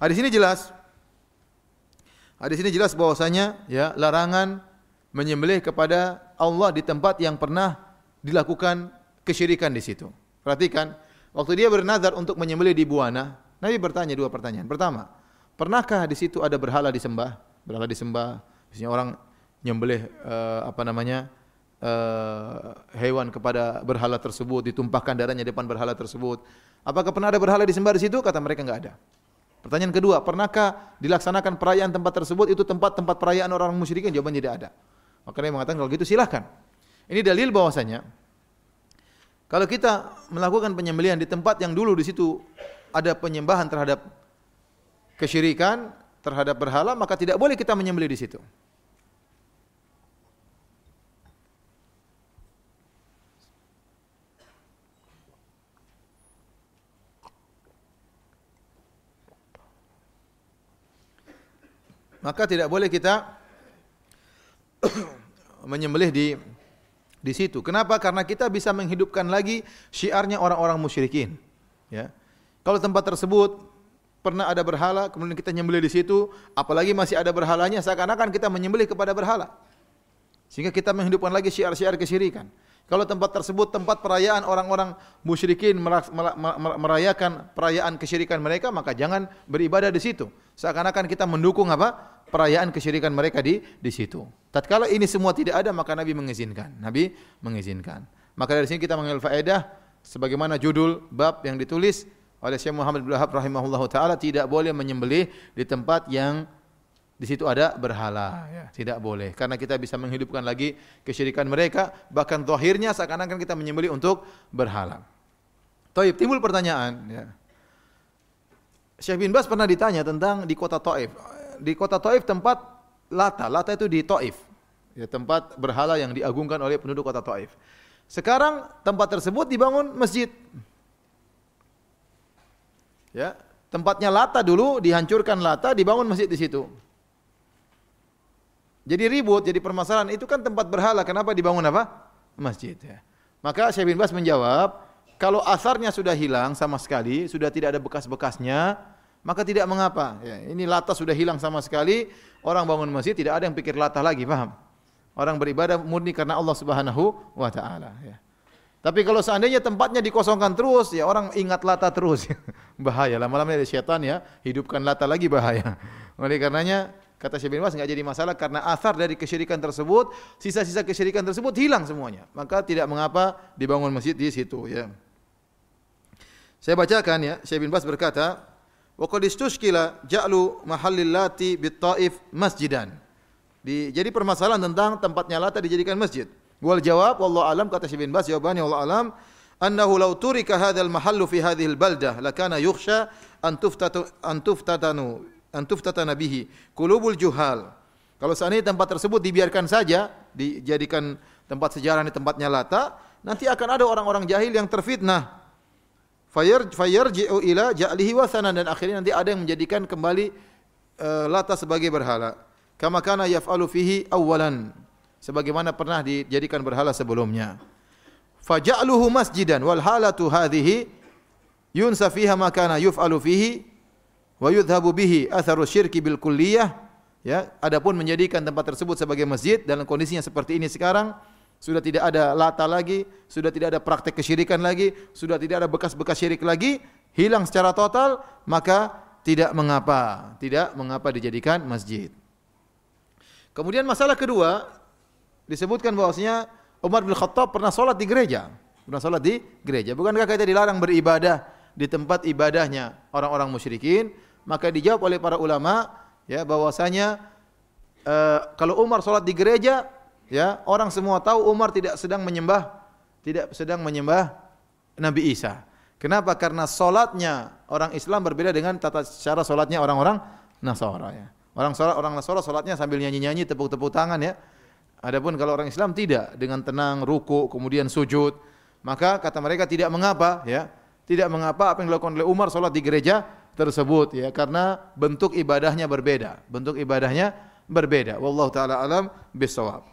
Hadis ini jelas bahwasanya ya larangan menyembelih kepada Allah di tempat yang pernah dilakukan kesyirikan di situ. Perhatikan, waktu dia bernazar untuk menyembelih di Buana, Nabi bertanya dua pertanyaan. Pertama, pernahkah di situ ada berhala disembah? Berhala disembah, misalnya orang nyembelih hewan kepada berhala tersebut, ditumpahkan darahnya di depan berhala tersebut. Apakah pernah ada berhala disembah di situ? Kata mereka enggak ada. Pertanyaan kedua, pernahkah dilaksanakan perayaan tempat tersebut itu tempat-tempat perayaan orang musyrikin? Jawabannya tidak ada. Maka dia mengatakan kalau gitu silahkan. Ini dalil bahwasanya kalau kita melakukan penyembelihan di tempat yang dulu di situ ada penyembahan terhadap kesyirikan, terhadap berhala, maka tidak boleh kita menyembelih di situ. Maka tidak boleh kita menyembelih di situ. Kenapa? Karena kita bisa menghidupkan lagi syiarnya orang-orang musyrikin. Ya. Kalau tempat tersebut pernah ada berhala, kemudian kita menyembelih di situ, apalagi masih ada berhalanya, seakan-akan kita menyembelih kepada berhala. Sehingga kita menghidupkan lagi syiar-syiar kesyirikan. Kalau tempat tersebut tempat perayaan orang-orang musyrikin merayakan perayaan kesyirikan mereka, maka jangan beribadah di situ. Seakan-akan kita mendukung perayaan kesyirikan mereka di situ. Tatkala ini semua tidak ada, maka Nabi mengizinkan. Maka dari sini kita mengambil faedah sebagaimana judul bab yang ditulis oleh Syekh Muhammad bin Wahab rahimahullahu taala, tidak boleh menyembelih di tempat yang di situ ada berhala, ya, tidak boleh. Karena kita bisa menghidupkan lagi kesyirikan mereka, bahkan zahirnya seakan-akan kita menyembelih untuk berhala. Taib, timbul pertanyaan, ya. Syekh bin Baz pernah ditanya tentang di kota Taif. Di kota Taif tempat Lata itu di Taif. Ya, tempat berhala yang diagungkan oleh penduduk kota Taif. Sekarang tempat tersebut dibangun masjid. Ya, tempatnya Lata dulu dihancurkan Lata, dibangun masjid di situ. Jadi ribut, jadi permasalahan. Itu kan tempat berhala, kenapa dibangun apa? Masjid. Ya. Maka Syekh bin Baz menjawab, kalau asarnya sudah hilang sama sekali, sudah tidak ada bekas-bekasnya, maka tidak mengapa. Ya, ini Lata sudah hilang sama sekali, orang bangun masjid tidak ada yang pikir Lata lagi, paham? Orang beribadah murni karena Allah Subhanahu wa taala, ya. Tapi kalau seandainya tempatnya dikosongkan terus, ya orang ingat Lata terus. Bahaya, lama-lama ada syaitan ya, hidupkan Lata lagi bahaya. Oleh karenanya kata Syekh bin Baz enggak jadi masalah karena asar dari kesyirikan tersebut, sisa-sisa kesyirikan tersebut hilang semuanya. Maka tidak mengapa dibangun masjid di situ, ya. Saya bacakan, ya, Syekh bin Baz berkata, wa qad istushkila ja'lu mahallil lati bit Taif masjidan. Jadi permasalahan tentang tempatnya Lata dijadikan masjid. Wal jawab wallahu alam, kata Syekh bin Baz jawabannya wallahu alam, annahu law turika hadzal mahallu fi hadhihi al baldah lakana yukhsha an tuftatana bihi qulubul juhal. Kalau seandainya tempat tersebut dibiarkan saja, dijadikan tempat sejarah di tempatnya Lata, nanti akan ada orang-orang jahil yang terfitnah. Fayarji'u ila ja'lihi wasanan, dan akhirnya nanti ada yang menjadikan kembali Lata sebagai berhala. Kama kana yaf'alu fihi awwalan, sebagaimana pernah dijadikan berhala sebelumnya. Faja'luhu masjidan wal halatu hadhihi yunsa fiha ma kana yuf'alu fihi wa yudhabu bihi atharu syirki bil kulliyah. Ya, adapun menjadikan tempat tersebut sebagai masjid dalam kondisinya seperti ini sekarang, sudah tidak ada Lata lagi, sudah tidak ada praktek kesyirikan lagi, sudah tidak ada bekas-bekas syirik lagi, hilang secara total, maka tidak mengapa dijadikan masjid. Kemudian masalah kedua, disebutkan bahwasanya Umar bin Khattab pernah sholat di gereja. Bukankah kita dilarang beribadah di tempat ibadahnya orang-orang musyrikin? Maka dijawab oleh para ulama, ya, bahwasanya kalau Umar sholat di gereja, ya, orang semua tahu Umar tidak sedang menyembah Nabi Isa. Kenapa? Karena sholatnya orang Islam berbeda dengan tata cara sholatnya orang-orang Nasara, ya. Orang Nasara sholatnya sambil nyanyi-nyanyi, tepuk-tepuk tangan, ya. Adapun kalau orang Islam tidak, dengan tenang ruku kemudian sujud. Maka kata mereka tidak mengapa, ya. Tidak mengapa apa yang dilakukan oleh Umar sholat di gereja tersebut, ya, karena bentuk ibadahnya berbeda. Wallahu taala alam bisawab.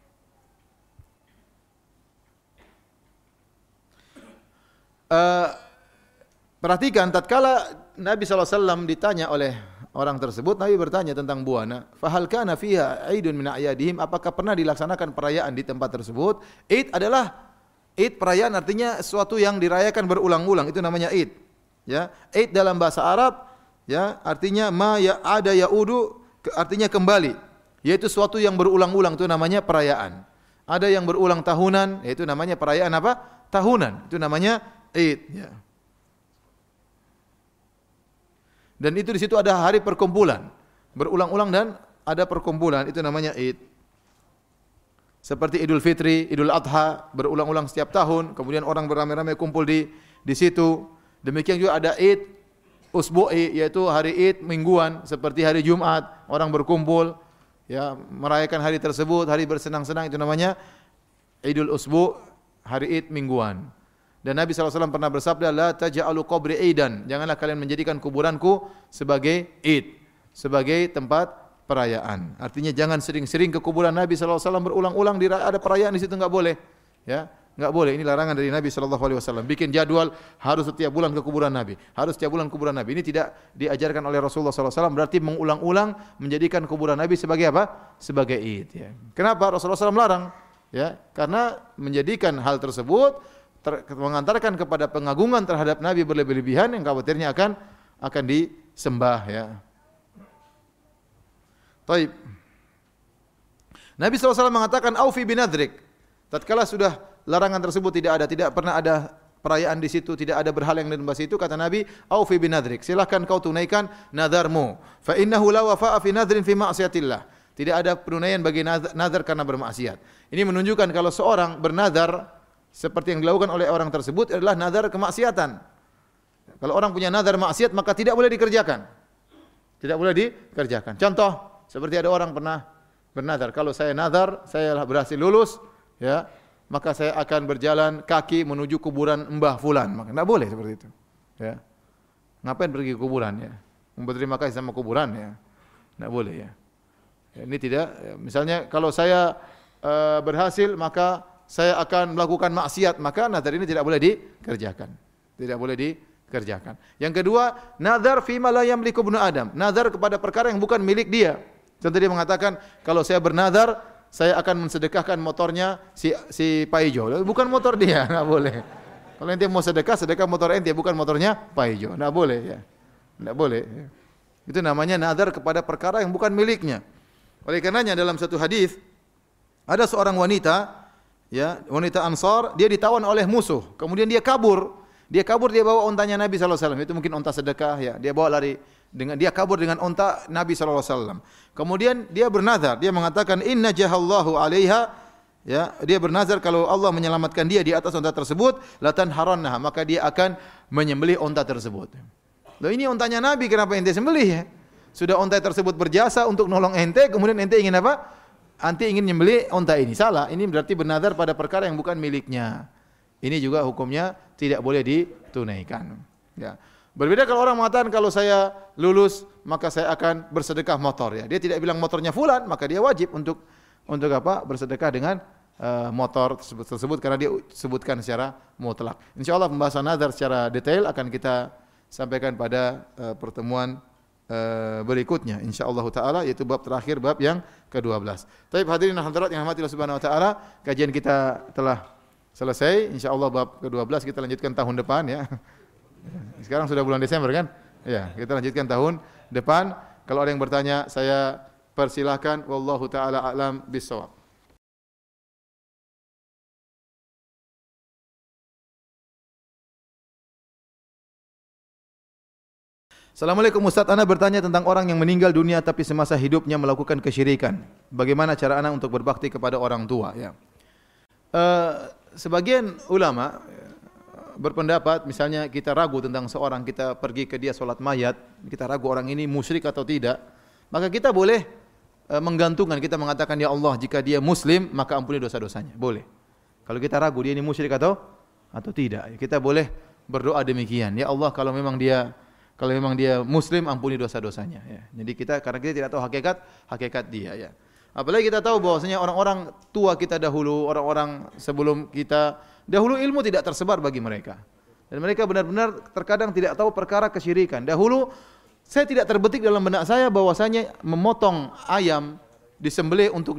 Perhatikan, tatkala Nabi SAW ditanya oleh orang tersebut, Nabi bertanya tentang buana. Fahal kana fiha aidun min a'yadihim, apakah pernah dilaksanakan perayaan di tempat tersebut? Id perayaan artinya sesuatu yang dirayakan berulang-ulang, itu namanya id. Ya, id dalam bahasa Arab, ya, artinya ma ya ada yaudu, artinya kembali, yaitu sesuatu yang berulang-ulang, itu namanya perayaan. Ada yang berulang tahunan, yaitu namanya perayaan apa? Tahunan, itu namanya id, ya. Dan itu di situ ada hari perkumpulan, berulang-ulang dan ada perkumpulan, itu namanya id. Seperti Idul Fitri, Idul Adha, berulang-ulang setiap tahun, kemudian orang beramai-ramai kumpul di situ. Demikian juga ada id usbu'i, yaitu hari id mingguan, seperti hari Jumat, orang berkumpul, ya, merayakan hari tersebut, hari bersenang-senang, itu namanya Idul Usbu', hari id mingguan. Dan Nabi SAW pernah bersabda, la taj'alu qabri idan, janganlah kalian menjadikan kuburanku sebagai id, sebagai tempat perayaan. Artinya jangan sering-sering ke kuburan Nabi SAW berulang-ulang, ada perayaan di situ, enggak boleh, ya, enggak boleh. Ini larangan dari Nabi SAW. Bikin jadwal harus setiap bulan ke kuburan Nabi, harus setiap bulan kuburan Nabi. Ini tidak diajarkan oleh Rasulullah SAW. Berarti mengulang-ulang menjadikan kuburan Nabi sebagai apa? Sebagai id, ya. Kenapa Rasulullah SAW melarang? Ya, karena menjadikan hal tersebut mengantarkan kepada pengagungan terhadap Nabi berlebih-lebihan yang khawatirnya akan disembah, ya. Taib. Nabi SAW mengatakan aufi binadrik. Tatkala sudah larangan tersebut tidak pernah ada perayaan di situ, tidak ada berhala yang disembah situ, kata Nabi, aufi binadrik, silakan kau tunaikan nadarmu. Fa innahu la wafa'a fi nadrin fi ma'siyatillah. Tidak ada penunaian bagi nazar karena bermaksiat. Ini menunjukkan kalau seorang bernazar seperti yang dilakukan oleh orang tersebut adalah nazar kemaksiatan. Kalau orang punya nazar maksiat maka tidak boleh dikerjakan. Tidak boleh dikerjakan. Contoh, seperti ada orang pernah bernazar, kalau saya nazar, saya berhasil lulus, ya, maka saya akan berjalan kaki menuju kuburan Mbah Fulan. Maka tidak boleh seperti itu. Ya. Ngapain pergi ke kuburan? Ya? Berterima kasih sama kuburan, ya. Tidak boleh, ya. Ini tidak, misalnya kalau saya berhasil maka saya akan melakukan maksiat, maka nazar ini tidak boleh dikerjakan. Tidak boleh dikerjakan. Yang kedua, nazar fima la yamliku ibnu Adam. Nazar kepada perkara yang bukan milik dia. Contoh dia mengatakan, kalau saya bernazar, saya akan mensedekahkan motornya si Paijo. Bukan motor dia, enggak boleh. Kalau ente mau sedekah motor ente, bukan motornya Paijo. Enggak boleh, ya. Enggak boleh. Itu namanya nazar kepada perkara yang bukan miliknya. Oleh karenanya dalam satu hadis ada seorang wanita, ya, wanita Ansar, dia ditawan oleh musuh. Kemudian dia kabur. Dia bawa untanya Nabi sallallahu alaihi wasallam. Itu mungkin unta sedekah, ya. Dia bawa lari dia kabur dengan unta Nabi sallallahu alaihi wasallam. Kemudian dia bernazar, dia mengatakan inna jahallahu 'alaiha, ya, dia bernazar kalau Allah menyelamatkan dia di atas unta tersebut, latan harannaha, maka dia akan menyembelih unta tersebut. Loh, ini untanya Nabi, kenapa ente sembelih, ya? Sudah unta tersebut berjasa untuk nolong ente, kemudian ente ingin apa? Ente ingin menyembelih unta ini. Salah. Ini berarti bernazar pada perkara yang bukan miliknya. Ini juga hukumnya tidak boleh ditunaikan. Ya. Berbeda kalau orang mengatakan kalau saya lulus maka saya akan bersedekah motor, ya. Dia tidak bilang motornya fulan, maka dia wajib untuk apa? Bersedekah dengan motor tersebut karena dia sebutkan secara mutlak. Insyaallah pembahasan nazar secara detail akan kita sampaikan pada pertemuan berikutnya insyaallah taala, yaitu bab terakhir, bab yang ke-12. Baik hadirin dan hadirat yang dirahmati Allah Subhanahu wa taala, kajian kita telah selesai. Insyaallah bab ke-12 kita lanjutkan tahun depan, ya. Sekarang sudah bulan Desember kan? Ya, kita lanjutkan tahun depan. Kalau ada yang bertanya saya persilahkan, wallahu taala a'lam bissawab. Assalamualaikum Ustaz, ana bertanya tentang orang yang meninggal dunia tapi semasa hidupnya melakukan kesyirikan. Bagaimana cara ana untuk berbakti kepada orang tua, ya? Sebagian ulama berpendapat, misalnya kita ragu tentang seorang, kita pergi ke dia salat mayat, kita ragu orang ini musyrik atau tidak, maka kita boleh menggantungkan, kita mengatakan, ya Allah, jika dia muslim maka ampuni dosa-dosanya. Boleh. Kalau kita ragu dia ini musyrik atau tidak, kita boleh berdoa demikian. Ya Allah, kalau memang dia muslim, ampuni dosa-dosanya, ya. Jadi karena kita tidak tahu hakikat dia, ya. Apalagi kita tahu bahwasanya orang-orang tua kita dahulu, orang-orang sebelum kita dahulu, ilmu tidak tersebar bagi mereka. Dan mereka benar-benar terkadang tidak tahu perkara kesyirikan. Dahulu saya tidak terbetik dalam benak saya bahwasanya memotong ayam disembelih untuk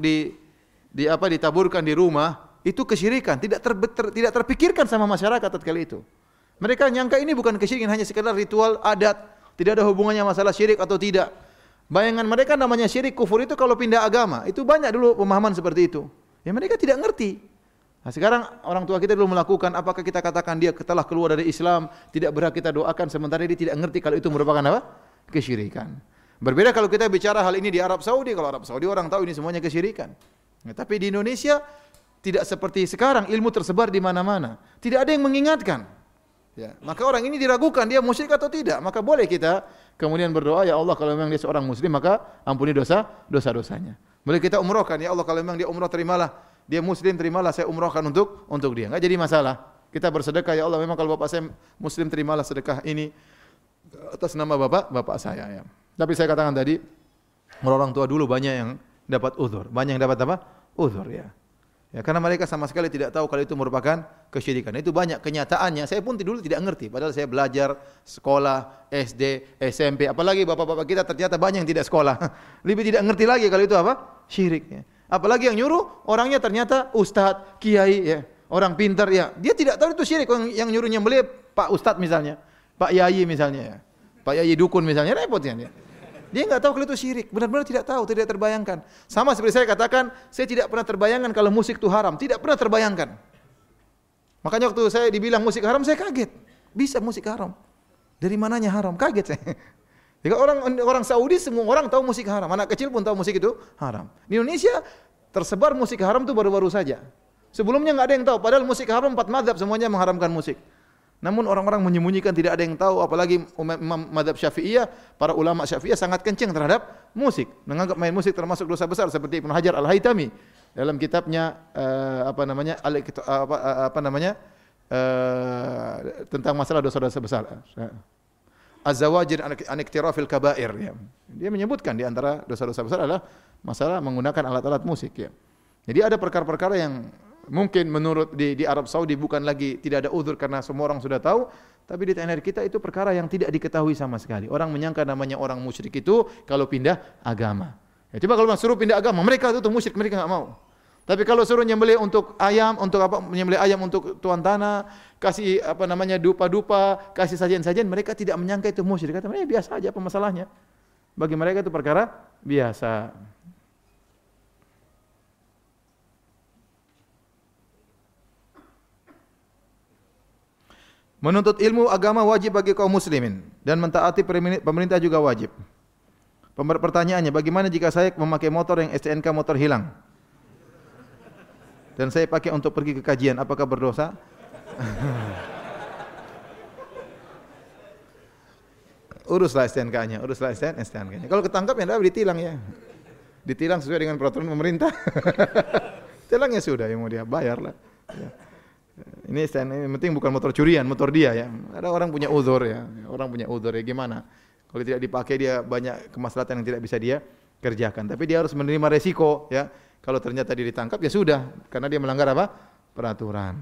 ditaburkan di rumah itu kesyirikan, tidak terpikirkan sama masyarakat tatkala itu. Mereka nyangka ini bukan kesyirikan, hanya sekedar ritual adat, tidak ada hubungannya masalah syirik atau tidak. Bayangan mereka namanya syirik, kufur itu kalau pindah agama. Itu banyak dulu pemahaman seperti itu. Ya mereka tidak ngerti. Nah, sekarang orang tua kita dulu melakukan, apakah kita katakan dia telah keluar dari Islam, tidak berhak kita doakan, sementara dia tidak ngerti kalau itu merupakan apa? Kesyirikan. Berbeda kalau kita bicara hal ini di Arab Saudi. Kalau Arab Saudi orang tahu ini semuanya kesyirikan. Nah, tapi di Indonesia tidak seperti sekarang, ilmu tersebar di mana-mana. Tidak ada yang mengingatkan. Ya, maka orang ini diragukan dia musyrik atau tidak, maka boleh kita kemudian berdoa, ya Allah, kalau memang dia seorang muslim maka ampuni dosa-dosanya. Boleh kita umrohkan, ya Allah, kalau memang dia umroh terimalah, dia muslim terimalah, saya umrohkan untuk dia. Enggak jadi masalah. Kita bersedekah, ya Allah, memang kalau bapak saya muslim terimalah sedekah ini atas nama bapak saya, ya. Tapi saya katakan tadi, orang tua dulu banyak yang dapat uzur, banyak yang dapat apa? Uzur, ya. Ya, karena mereka sama sekali tidak tahu kalau itu merupakan kesyirikan. Itu banyak kenyataannya. Saya pun dulu tidak ngerti. Padahal saya belajar sekolah, SD, SMP. Apalagi bapak-bapak kita ternyata banyak yang tidak sekolah. Lebih tidak ngerti lagi kalau itu apa? Syirik. Ya. Apalagi yang nyuruh orangnya ternyata ustadz, kiai, ya, orang pintar. Ya. Dia tidak tahu itu syirik. Yang nyuruhnya beli Pak Ustadz misalnya, Pak Yai misalnya, ya. Pak Yai dukun misalnya, repotnya. Ya. Dia enggak tahu kalau itu syirik, benar-benar tidak tahu, tidak terbayangkan. Sama seperti saya katakan, saya tidak pernah terbayangkan kalau musik itu haram, tidak pernah terbayangkan. Makanya waktu saya dibilang musik haram, saya kaget. Bisa musik haram. Dari mananya haram? Kaget saya. Jika orang Saudi semua orang tahu musik haram. Anak kecil pun tahu musik itu haram. Di Indonesia tersebar musik haram itu baru-baru saja. Sebelumnya enggak ada yang tahu. Padahal musik haram 4 mazhab semuanya mengharamkan musik. Namun orang-orang menyembunyikan, tidak ada yang tahu, apalagi imam mazhab Syafi'iyah, para ulama Syafi'iyah sangat kencang terhadap musik, menganggap main musik termasuk dosa besar seperti Ibnu Hajar Al-Haytami dalam kitabnya tentang masalah dosa-dosa besar. Az-Zawajir an iktirafil kabair ya. Dia menyebutkan di antara dosa-dosa besar adalah masalah menggunakan alat-alat musik ya. Jadi ada perkara-perkara yang mungkin menurut di Arab Saudi bukan lagi tidak ada uzur karena semua orang sudah tahu, tapi di tanah air kita itu perkara yang tidak diketahui sama sekali. Orang menyangka namanya orang musyrik itu kalau pindah agama. Ya, coba kalau suruh pindah agama, mereka itu musyrik, mereka enggak mau. Tapi kalau suruh nyembelih untuk ayam, untuk apa? Menyembelih ayam untuk tuan tanah, kasih dupa-dupa, kasih sajian-sajian, mereka tidak menyangka itu musyrik. Kata mereka biasa aja, apa masalahnya? Bagi mereka itu perkara biasa. Menuntut ilmu agama wajib bagi kaum muslimin dan mentaati pemerintah juga wajib. Pertanyaannya, bagaimana jika saya memakai motor yang STNK motor hilang? Dan saya pakai untuk pergi ke kajian, apakah berdosa? Uruslah STNK-nya, STNK-nya. Kalau ketangkap ya ditilang ya. Ditilang sesuai dengan peraturan pemerintah. Tilangnya sudah, yang mau dia bayarlah. Ya. Ini yang penting bukan motor curian, motor dia ya. Ada orang punya uzur ya. Orang punya uzur ya, gimana? Kalau tidak dipakai dia banyak kemaslahatan yang tidak bisa dia kerjakan. Tapi dia harus menerima resiko ya. Kalau ternyata dia ditangkap ya sudah, karena dia melanggar apa? Peraturan.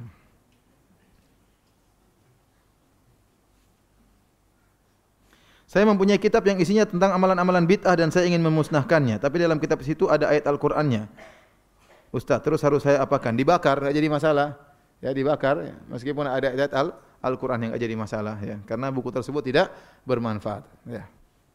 Saya mempunyai kitab yang isinya tentang amalan-amalan bid'ah dan saya ingin memusnahkannya. Tapi dalam kitab itu ada ayat Al-Qur'annya. Ustaz, terus harus saya apakan? Dibakar, enggak jadi masalah. Ya dibakar, ya. Meskipun ada ayat Al-Quran yang enggak jadi masalah, ya. Karena buku tersebut tidak bermanfaat. Ya.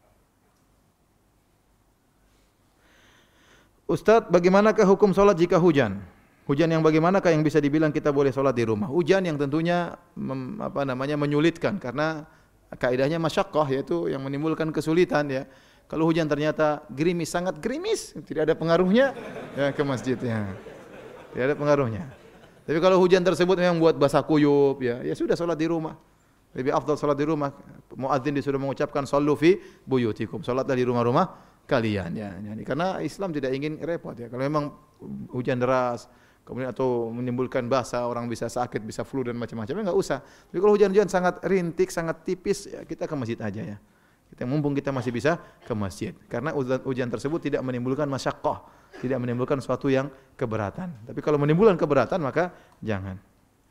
Ustaz, bagaimanakah hukum solat jika hujan? Hujan yang bagaimanakah yang bisa dibilang kita boleh solat di rumah? Hujan yang tentunya menyulitkan karena kaidahnya masyaqqah, yaitu yang menimbulkan kesulitan ya. Kalau hujan ternyata gerimis, sangat gerimis, tidak ada pengaruhnya ya ke masjid ya. Tidak ada pengaruhnya. Tapi kalau hujan tersebut memang buat basah kuyup ya sudah salat di rumah. Lebih afdal salat di rumah. Muadzin disuruh mengucapkan shallu fi buyutikum. Salatlah di rumah-rumah kalian ya. Jadi karena Islam tidak ingin repot ya. Kalau memang hujan deras kemudian atau menimbulkan basah, orang bisa sakit, bisa flu dan macam-macam, enggak usah. Tapi kalau hujan-hujan sangat rintik, sangat tipis ya kita ke masjid aja ya. Mumpung kita masih bisa ke masjid. Karena hujan tersebut tidak menimbulkan masyaqqah, tidak menimbulkan suatu yang keberatan. Tapi kalau menimbulkan keberatan maka jangan.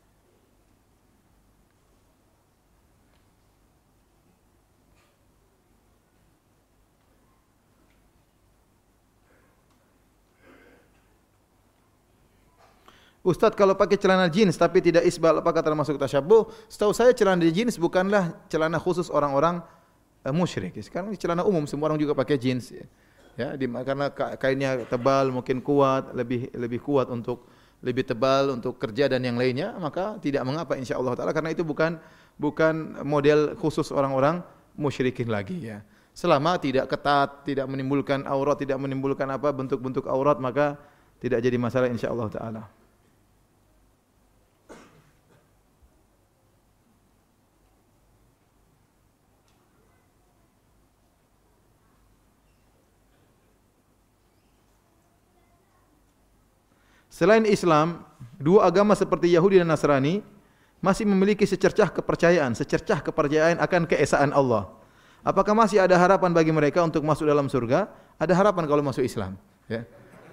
Ustaz, kalau pakai celana jeans tapi tidak isbal apakah termasuk tasyabbuh? Setahu saya celana jeans bukanlah celana khusus orang-orang musyrik. Sekarang celana umum semua orang juga pakai jeans ya. Karena kainnya tebal, mungkin kuat, lebih kuat untuk lebih tebal untuk kerja dan yang lainnya, maka tidak mengapa insyaallah taala karena itu bukan model khusus orang-orang musyrikin lagi ya. Selama tidak ketat, tidak menimbulkan aurat, tidak menimbulkan bentuk-bentuk aurat, maka tidak jadi masalah insyaallah taala. Selain Islam, dua agama seperti Yahudi dan Nasrani masih memiliki secercah kepercayaan akan keesaan Allah. Apakah masih ada harapan bagi mereka untuk masuk dalam surga? Ada harapan kalau masuk Islam. Ya.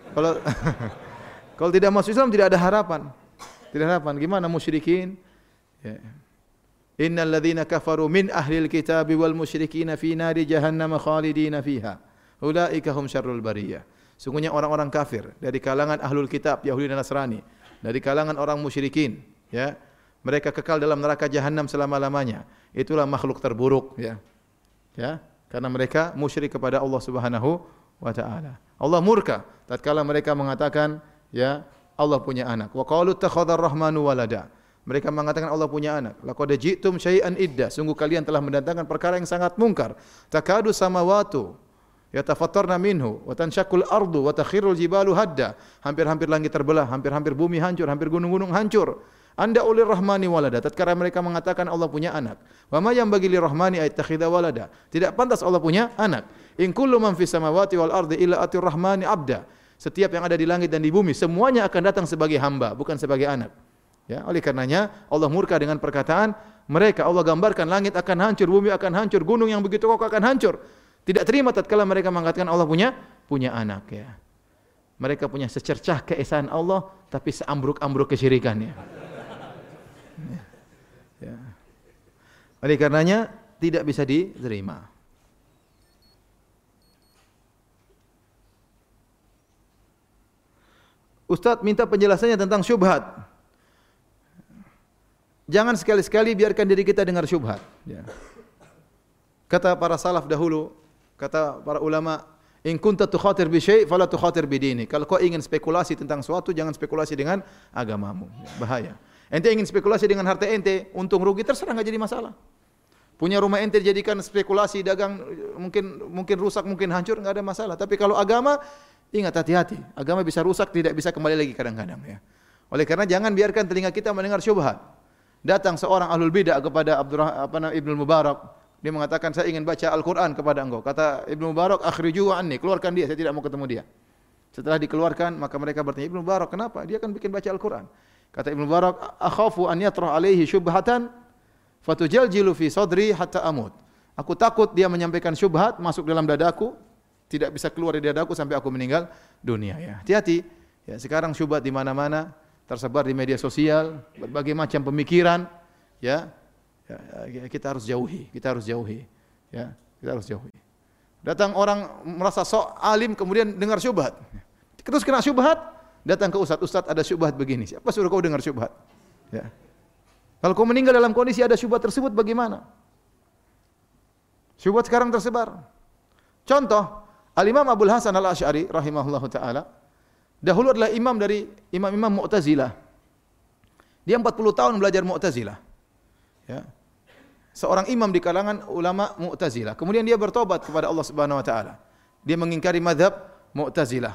Kalau tidak masuk Islam tidak ada harapan. Tidak ada harapan. Gimana musyrikin? Ya. Innal ladzina kafaru min ahlil kitabi wal musyrikina fi nari jahannam khalidina fiha. Ulaika hum syarrul bariyah. Sungguhnya orang-orang kafir dari kalangan ahlul kitab Yahudi dan Nasrani, dari kalangan orang musyrikin, ya, mereka kekal dalam neraka jahanam selama-lamanya. Itulah makhluk terburuk, ya, karena mereka musyrik kepada Allah Subhanahu wa taala. Allah murka tatkala mereka mengatakan, ya, Allah punya anak. Wa qalu takhadar rahmanu walada. Mereka mengatakan Allah punya anak. Laqad ji'tum syai'an idda. Sungguh kalian telah mendatangkan perkara yang sangat mungkar. Takadu samawatu yatafattarna minhu wa tanshaqqul ardu wa takhirrul jibalu hadda. Hampir-hampir langit terbelah, hampir-hampir bumi hancur, hampir gunung-gunung hancur. Anda ulir rahmani walada. Tatkala mereka mengatakan Allah punya anak. Wa ma yanbaghi lirrahmani ay yattakhidha walada. Tidak pantas Allah punya anak. In kullu man fis samawati wal ardi illa atir rahmani abda. Setiap yang ada di langit dan di bumi semuanya akan datang sebagai hamba, bukan sebagai anak. Ya, oleh karenanya Allah murka dengan perkataan mereka. Allah gambarkan langit akan hancur, bumi akan hancur, gunung yang begitu kokoh akan hancur. Tidak terima tatkala mereka mengatakan Allah punya anak, ya. Mereka punya secercah keesaan Allah tapi seambruk-ambruk kesyirikannya. Ya. Oleh karenanya tidak bisa diterima. Ustaz minta penjelasannya tentang syubhat. Jangan sekali-sekali biarkan diri kita dengar syubhat. Ya. Kata para salaf dahulu, kata para ulama, in kunta tukhatir bi syai' fala tukhatir bi dini. Kalau kau ingin spekulasi tentang sesuatu, jangan spekulasi dengan agamamu. Bahaya. Ente ingin spekulasi dengan harta ente, untung rugi terserah, enggak jadi masalah. Punya rumah ente dijadikan spekulasi dagang, mungkin rusak, mungkin hancur, enggak ada masalah. Tapi kalau agama, ingat hati-hati. Agama bisa rusak, tidak bisa kembali lagi kadang-kadang, ya. Oleh karena jangan biarkan telinga kita mendengar syubhat. Datang seorang ahlul bidah kepada Ibnu Mubarak. Dia mengatakan, saya ingin baca Al-Quran kepada engkau. Kata Ibnu Mubarak, akhrijuhu anni, keluarkan dia, saya tidak mau ketemu dia. Setelah dikeluarkan, maka mereka bertanya, Ibnu Mubarak, kenapa? Dia kan bikin baca Al-Quran. Kata Ibnu Mubarak, akhafu an yatrah alaihi syubhatan fatujaljilu fi sadri hatta amut. Aku takut dia menyampaikan syubhat masuk dalam dadaku, tidak bisa keluar dari dadaku sampai aku meninggal dunia, ya. Hati-hati. Ya, sekarang syubhat di mana-mana, tersebar di media sosial, berbagai macam pemikiran, ya. Ya, kita harus jauhi, ya, kita harus jauhi. Datang orang merasa sok alim kemudian dengar syubhat. Terus kena syubhat, datang ke ustaz, ada syubhat begini. Siapa suruh kau dengar syubhat? Ya. Kalau kau meninggal dalam kondisi ada syubhat tersebut bagaimana? Syubhat sekarang tersebar. Contoh, Al-Imam Abul Hasan Al-Asy'ari rahimahullahu taala dahulu adalah imam dari imam-imam Mu'tazilah. Dia 40 tahun belajar Mu'tazilah. Ya. Seorang imam di kalangan ulama Mu'tazilah. Kemudian dia bertobat kepada Allah Subhanahu wa taala. Dia mengingkari mazhab Mu'tazilah.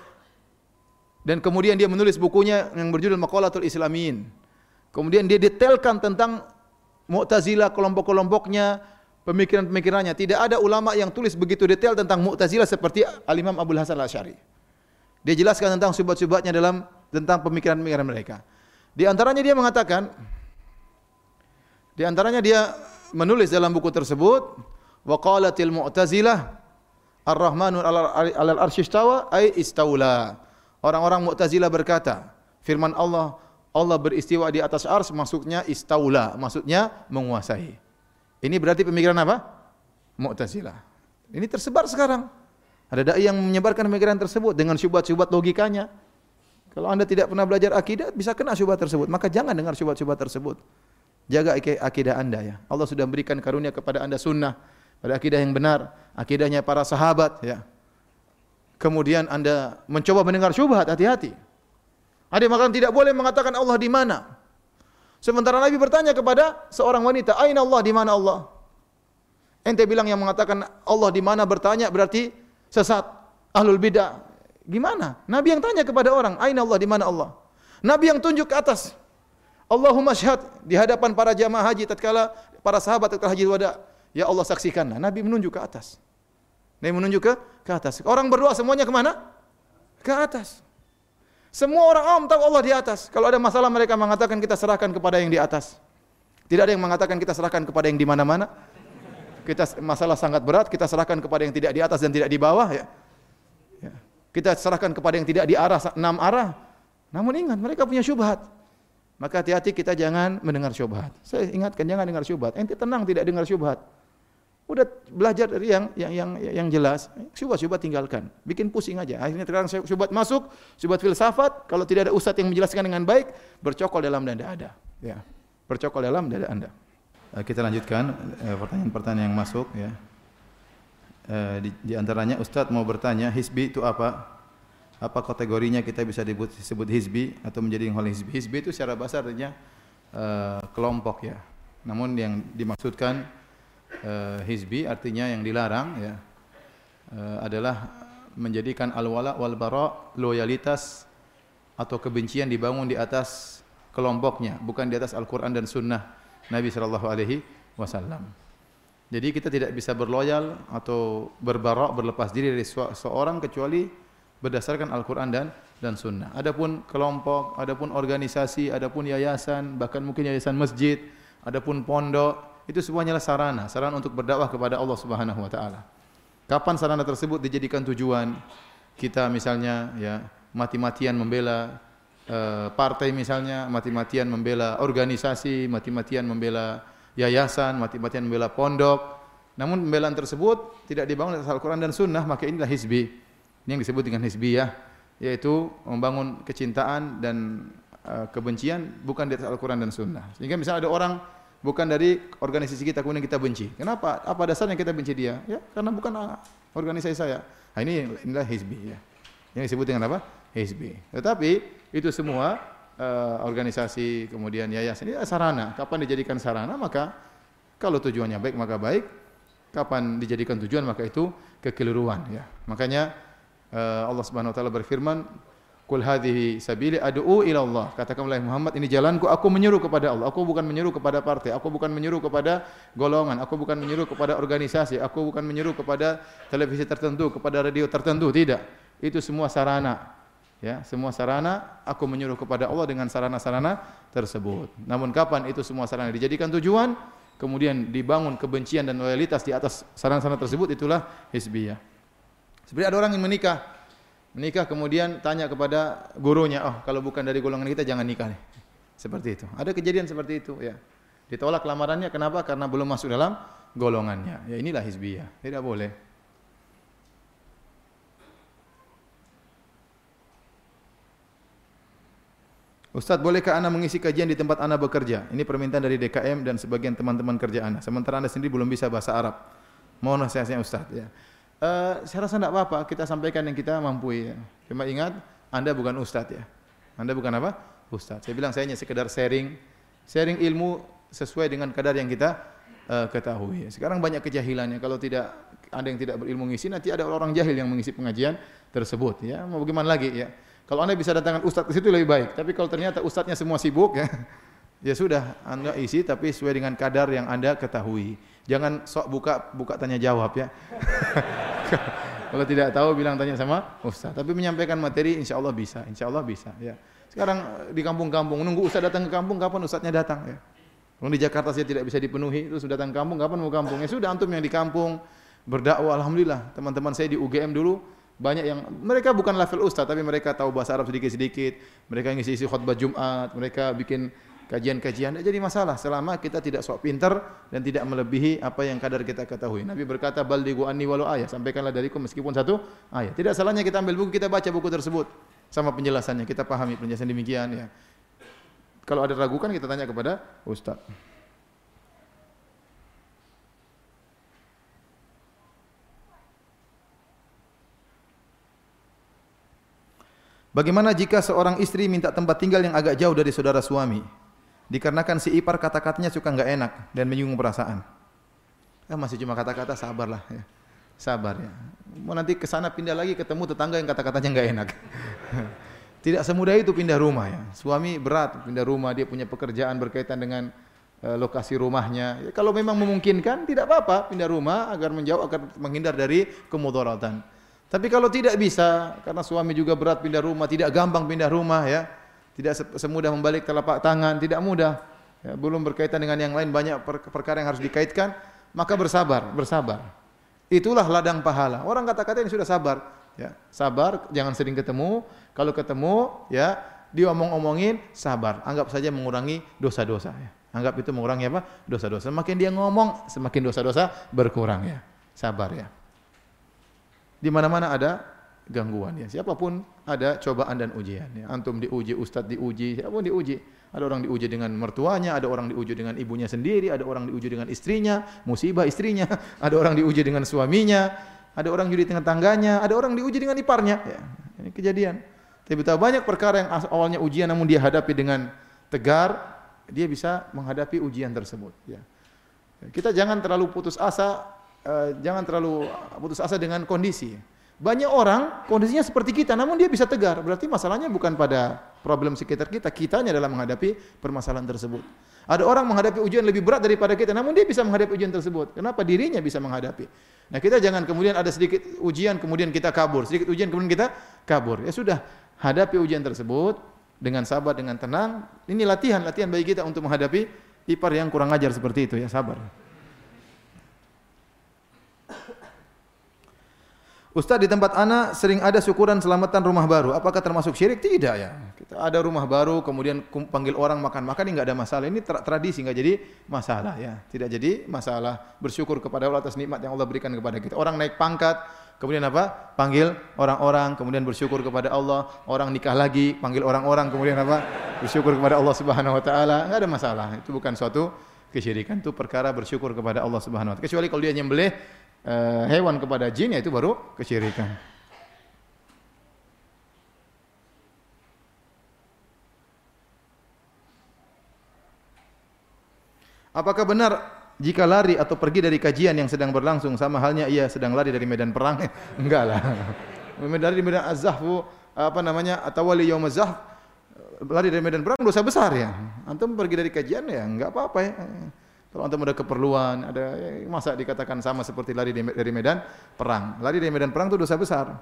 Dan kemudian dia menulis bukunya yang berjudul Maqalatul Islamin. Kemudian dia detailkan tentang Mu'tazilah, kelompok-kelompoknya, pemikiran-pemikirannya. Tidak ada ulama yang tulis begitu detail tentang Mu'tazilah seperti Al-Imam Abul Hasan Al-Asy'ari. Dia jelaskan tentang syubhat-syubhatnya tentang pemikiran-pemikiran mereka. Di antaranya dia mengatakan, dia menulis dalam buku tersebut, wa qalatil mu'tazilah ar-rahmanu 'alal arsy istawa ay istaula. Orang-orang Mu'tazilah berkata, firman Allah, Allah beristiwa di atas arsy, maksudnya istaula, maksudnya menguasai. Ini berarti pemikiran apa? Mu'tazilah. Ini tersebar sekarang. Ada dai yang menyebarkan pemikiran tersebut dengan syubhat-syubhat logikanya. Kalau Anda tidak pernah belajar akidah, bisa kena syubhat tersebut. Maka jangan dengar syubhat-syubhat tersebut. Jaga akidah Anda, ya. Allah sudah berikan karunia kepada Anda sunnah, pada akidah yang benar, akidahnya para sahabat, ya. Kemudian Anda mencoba mendengar syubhat, hati-hati. Ada yang mengatakan tidak boleh mengatakan Allah di mana. Sementara Nabi bertanya kepada seorang wanita, "Aina Allah, di mana Allah?" Ente bilang yang mengatakan Allah di mana bertanya berarti sesat, ahlul bidah. Gimana? Nabi yang tanya kepada orang, "Aina Allah, di mana Allah?" Nabi yang tunjuk ke atas. Allahumma syhad di hadapan para jamaah haji tatkala para sahabat tatkala haji wada, ya Allah saksikanlah. Nabi menunjuk ke atas. Nabi menunjuk ke atas. Orang berdoa semuanya ke mana? Ke atas. Semua orang awam tahu Allah di atas. Kalau ada masalah mereka mengatakan kita serahkan kepada yang di atas. Tidak ada yang mengatakan kita serahkan kepada yang di mana-mana. Kita masalah sangat berat, kita serahkan kepada yang tidak di atas dan tidak di bawah, ya. Ya. Kita serahkan kepada yang tidak di arah 6 arah. Namun ingat mereka punya syubhat. Maka hati-hati kita jangan mendengar syubhat. Saya ingatkan jangan dengar syubhat. Ente tenang tidak dengar syubhat. Udah belajar dari yang jelas. Syubhat-syubhat tinggalkan. Bikin pusing aja. Akhirnya sekarang syubhat masuk, syubhat filsafat. Kalau tidak ada ustaz yang menjelaskan dengan baik, bercokol dalam dada Anda. Ya, bercokol dalam dada Anda. Kita lanjutkan pertanyaan-pertanyaan yang masuk, ya. Di antaranya Ustaz mau bertanya, hizbi itu apa? Apa kategorinya kita bisa disebut hizbi atau menjadi hizbi? Hizbi itu secara bahasa artinya kelompok ya. Namun yang dimaksudkan hizbi artinya yang dilarang ya adalah menjadikan al-wala wal bara, loyalitas atau kebencian dibangun di atas kelompoknya, bukan di atas Al-Qur'an dan sunnah Nabi sallallahu alaihi wasallam. Jadi kita tidak bisa berloyal atau berbara, berlepas diri dari seorang kecuali berdasarkan Al-Qur'an dan sunnah. Adapun kelompok, adapun organisasi, adapun yayasan, bahkan mungkin yayasan masjid, adapun pondok, itu semuanya sarana untuk berdakwah kepada Allah Subhanahu wa taala. Kapan sarana tersebut dijadikan tujuan? Kita misalnya ya mati-matian membela partai misalnya, mati-matian membela organisasi, mati-matian membela yayasan, mati-matian membela pondok. Namun pembelaan tersebut tidak dibangun atas Al-Qur'an dan sunnah, maka inilah hizbi. Ini yang disebut dengan hizbiyah, yaitu membangun kecintaan dan kebencian bukan di atas Al-Quran dan Sunnah. Sehingga misalnya ada orang bukan dari organisasi kita kemudian kita benci. Kenapa? Apa dasarnya kita benci dia? Ya, karena bukan organisasi saya. Nah, inilah hizbi ya. Yang disebut dengan apa? Hizbi. Tetapi itu semua organisasi kemudian yayasan ini sarana. Kapan dijadikan sarana maka kalau tujuannya baik maka baik. Kapan dijadikan tujuan maka itu kekeliruan ya. Makanya Allah Subhanahu wa taala berfirman, "Qul hadhihi sabili ad'u ila Allah." Katakanlah Muhammad, ini jalanku, aku menyeru kepada Allah. Aku bukan menyeru kepada partai, aku bukan menyeru kepada golongan, aku bukan menyeru kepada organisasi, aku bukan menyeru kepada televisi tertentu, kepada radio tertentu, tidak. Itu semua sarana. Ya, semua sarana aku menyuruh kepada Allah dengan sarana-sarana tersebut. Namun kapan itu semua sarana dijadikan tujuan, kemudian dibangun kebencian dan loyalitas di atas sarana-sarana tersebut, itulah hizbiyah. Seperti ada orang yang menikah kemudian tanya kepada gurunya, "Oh, kalau bukan dari golongan kita jangan nikah." Seperti itu. Ada kejadian seperti itu ya. Ditolak lamarannya kenapa? Karena belum masuk dalam golongannya. Ya inilah hizbiyah. Tidak boleh. Ustaz, bolehkah Anda mengisi kajian di tempat Anda bekerja? Ini permintaan dari DKM dan sebagian teman-teman kerja Anda. Sementara Anda sendiri belum bisa bahasa Arab. Mohon nasihatnya Ustaz ya. Saya rasa tidak apa-apa, kita sampaikan yang kita mampu ya. Cuma ingat, Anda bukan ustaz ya. Anda bukan apa? Ustaz. Saya bilang saya hanya sekedar sharing ilmu sesuai dengan kadar yang kita ketahui. Sekarang banyak kejahilannya. Kalau tidak ada yang tidak berilmu ngisi, nanti ada orang jahil yang mengisi pengajian tersebut ya. Mau bagaimana lagi ya? Kalau Anda bisa datangkan ustaz ke situ lebih baik. Tapi kalau ternyata ustaznya semua sibuk ya, ya sudah, Anda isi tapi sesuai dengan kadar yang Anda ketahui. Jangan sok buka tanya jawab ya. Kalau tidak tahu bilang tanya sama ustaz. Tapi menyampaikan materi insyaallah bisa ya. Sekarang di kampung-kampung nunggu ustaz datang ke kampung, kapan ustaznya datang ya. Kalau di Jakarta saya tidak bisa dipenuhi, terus sudah datang ke kampung, kapan mau kampung? Ya sudah, antum yang di kampung berdakwah. Alhamdulillah, teman-teman saya di UGM dulu banyak yang mereka bukan level ustaz tapi mereka tahu bahasa Arab sedikit-sedikit. Mereka ngisi khutbah Jumat, mereka bikin kajian-kajian. Tidak jadi masalah selama kita tidak sok pintar dan tidak melebihi apa yang kadar kita ketahui. Nabi berkata, "Ballighu anni walau ayah." Sampaikanlah dariku meskipun satu ayat. Tidak salahnya kita ambil buku, kita baca buku tersebut sama penjelasannya, kita pahami penjelasan demikian ya. Kalau ada ragukan kita tanya kepada ustaz. Bagaimana jika seorang istri minta tempat tinggal yang agak jauh dari saudara suami? Dikarenakan si ipar kata-katanya suka enggak enak dan menyinggung perasaan. Masih cuma kata-kata, sabarlah ya. Sabar ya. Mau nanti ke sana pindah lagi ketemu tetangga yang kata-katanya enggak enak. Tidak semudah itu pindah rumah ya. Suami berat pindah rumah, dia punya pekerjaan berkaitan dengan lokasi rumahnya. Ya, kalau memang memungkinkan tidak apa-apa pindah rumah agar menjauh, agar menghindar dari kemudaratan. Tapi kalau tidak bisa, karena suami juga berat pindah rumah, tidak gampang pindah rumah ya. Tidak semudah membalik telapak tangan, tidak mudah. Ya, belum berkaitan dengan yang lain, banyak perkara yang harus dikaitkan, maka bersabar. Itulah ladang pahala. Orang kata-kata yang sudah sabar, ya. Sabar, jangan sering ketemu. Kalau ketemu, ya, diomong-omongin, sabar. Anggap saja mengurangi dosa-dosa ya. Anggap itu mengurangi apa? Dosa-dosa. Semakin dia ngomong, semakin dosa-dosa berkurang ya. Sabar ya. Di mana-mana ada gangguan ya. Siapapun ada cobaan dan ujian ya. Antum diuji, ustaz diuji, siapapun diuji. Ada orang diuji dengan mertuanya, ada orang diuji dengan ibunya sendiri, ada orang diuji dengan istrinya, musibah istrinya, ada orang diuji dengan suaminya, ada orang diuji dengan tangganya, ada orang diuji dengan iparnya ya. Ini kejadian. Tapi betapa banyak perkara yang awalnya ujian namun dia hadapi dengan tegar, dia bisa menghadapi ujian tersebut. Ya. Kita jangan terlalu putus asa, dengan kondisi. Banyak orang kondisinya seperti kita, namun dia bisa tegar. Berarti masalahnya bukan pada problem sekitar kita, kitanya dalam menghadapi permasalahan tersebut. Ada orang menghadapi ujian lebih berat daripada kita, namun dia bisa menghadapi ujian tersebut. Kenapa? Dirinya bisa menghadapi. Nah, kita jangan kemudian ada sedikit ujian kemudian kita kabur, sedikit ujian kemudian kita kabur. Ya sudah, hadapi ujian tersebut dengan sabar, dengan tenang. Ini latihan bagi kita untuk menghadapi ipar yang kurang ajar seperti itu, ya, sabar. Ustaz, di tempat ana sering ada syukuran selamatan rumah baru. Apakah termasuk syirik? Tidak, ya. Kita ada rumah baru, kemudian panggil orang makan-makan, ini enggak ada masalah. Ini tradisi, enggak jadi masalah, ya. Tidak jadi masalah. Bersyukur kepada Allah atas nikmat yang Allah berikan kepada kita. Orang naik pangkat, kemudian apa? Panggil orang-orang, kemudian bersyukur kepada Allah. Orang nikah lagi, panggil orang-orang, kemudian apa? Bersyukur kepada Allah Subhanahu wa taala. Enggak ada masalah. Itu bukan suatu kesyirikan, itu perkara bersyukur kepada Allah Subhanahu wa taala. Kecuali kalau dia nyembelih hewan kepada jin, ya itu baru kesyirikan. Apakah benar jika lari atau pergi dari kajian yang sedang berlangsung sama halnya ia sedang lari dari medan perang? Enggak lah. Dari medan az-zahf, atawali yaum az-zahf, lari dari medan perang dosa besar, ya. Antum pergi dari kajian, ya enggak apa-apa, ya. Kalau antum ada keperluan, masa dikatakan sama seperti lari dari medan perang. Lari dari medan perang itu dosa besar.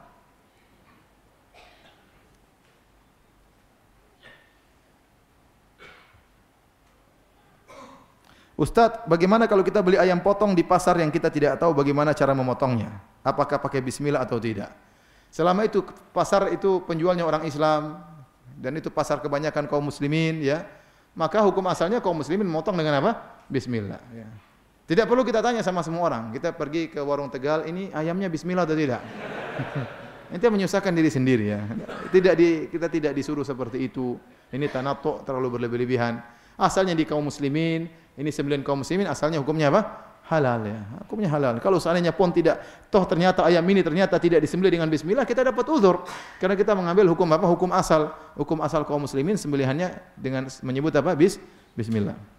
Ustadz, bagaimana kalau kita beli ayam potong di pasar yang kita tidak tahu bagaimana cara memotongnya? Apakah pakai bismillah atau tidak? Selama itu pasar itu penjualnya orang Islam dan itu pasar kebanyakan kaum muslimin, ya, maka hukum asalnya kaum muslimin memotong dengan apa? Bismillah, ya. Tidak perlu kita tanya sama semua orang. Kita pergi ke warung Tegal, ini ayamnya bismillah atau tidak? Itu menyusahkan diri sendiri, ya. Kita tidak disuruh seperti itu. Ini tanato, terlalu berlebih-lebihan. Asalnya di kaum muslimin, ini 9 kaum muslimin, asalnya hukumnya apa? Halal, ya. Hukumnya halal. Kalau seandainya pun tidak, toh ternyata ayam ini ternyata tidak disembelih dengan bismillah, kita dapat uzur. Karena kita mengambil hukum apa? Hukum asal. Hukum asal kaum muslimin sembelihannya dengan menyebut apa? Bismillah.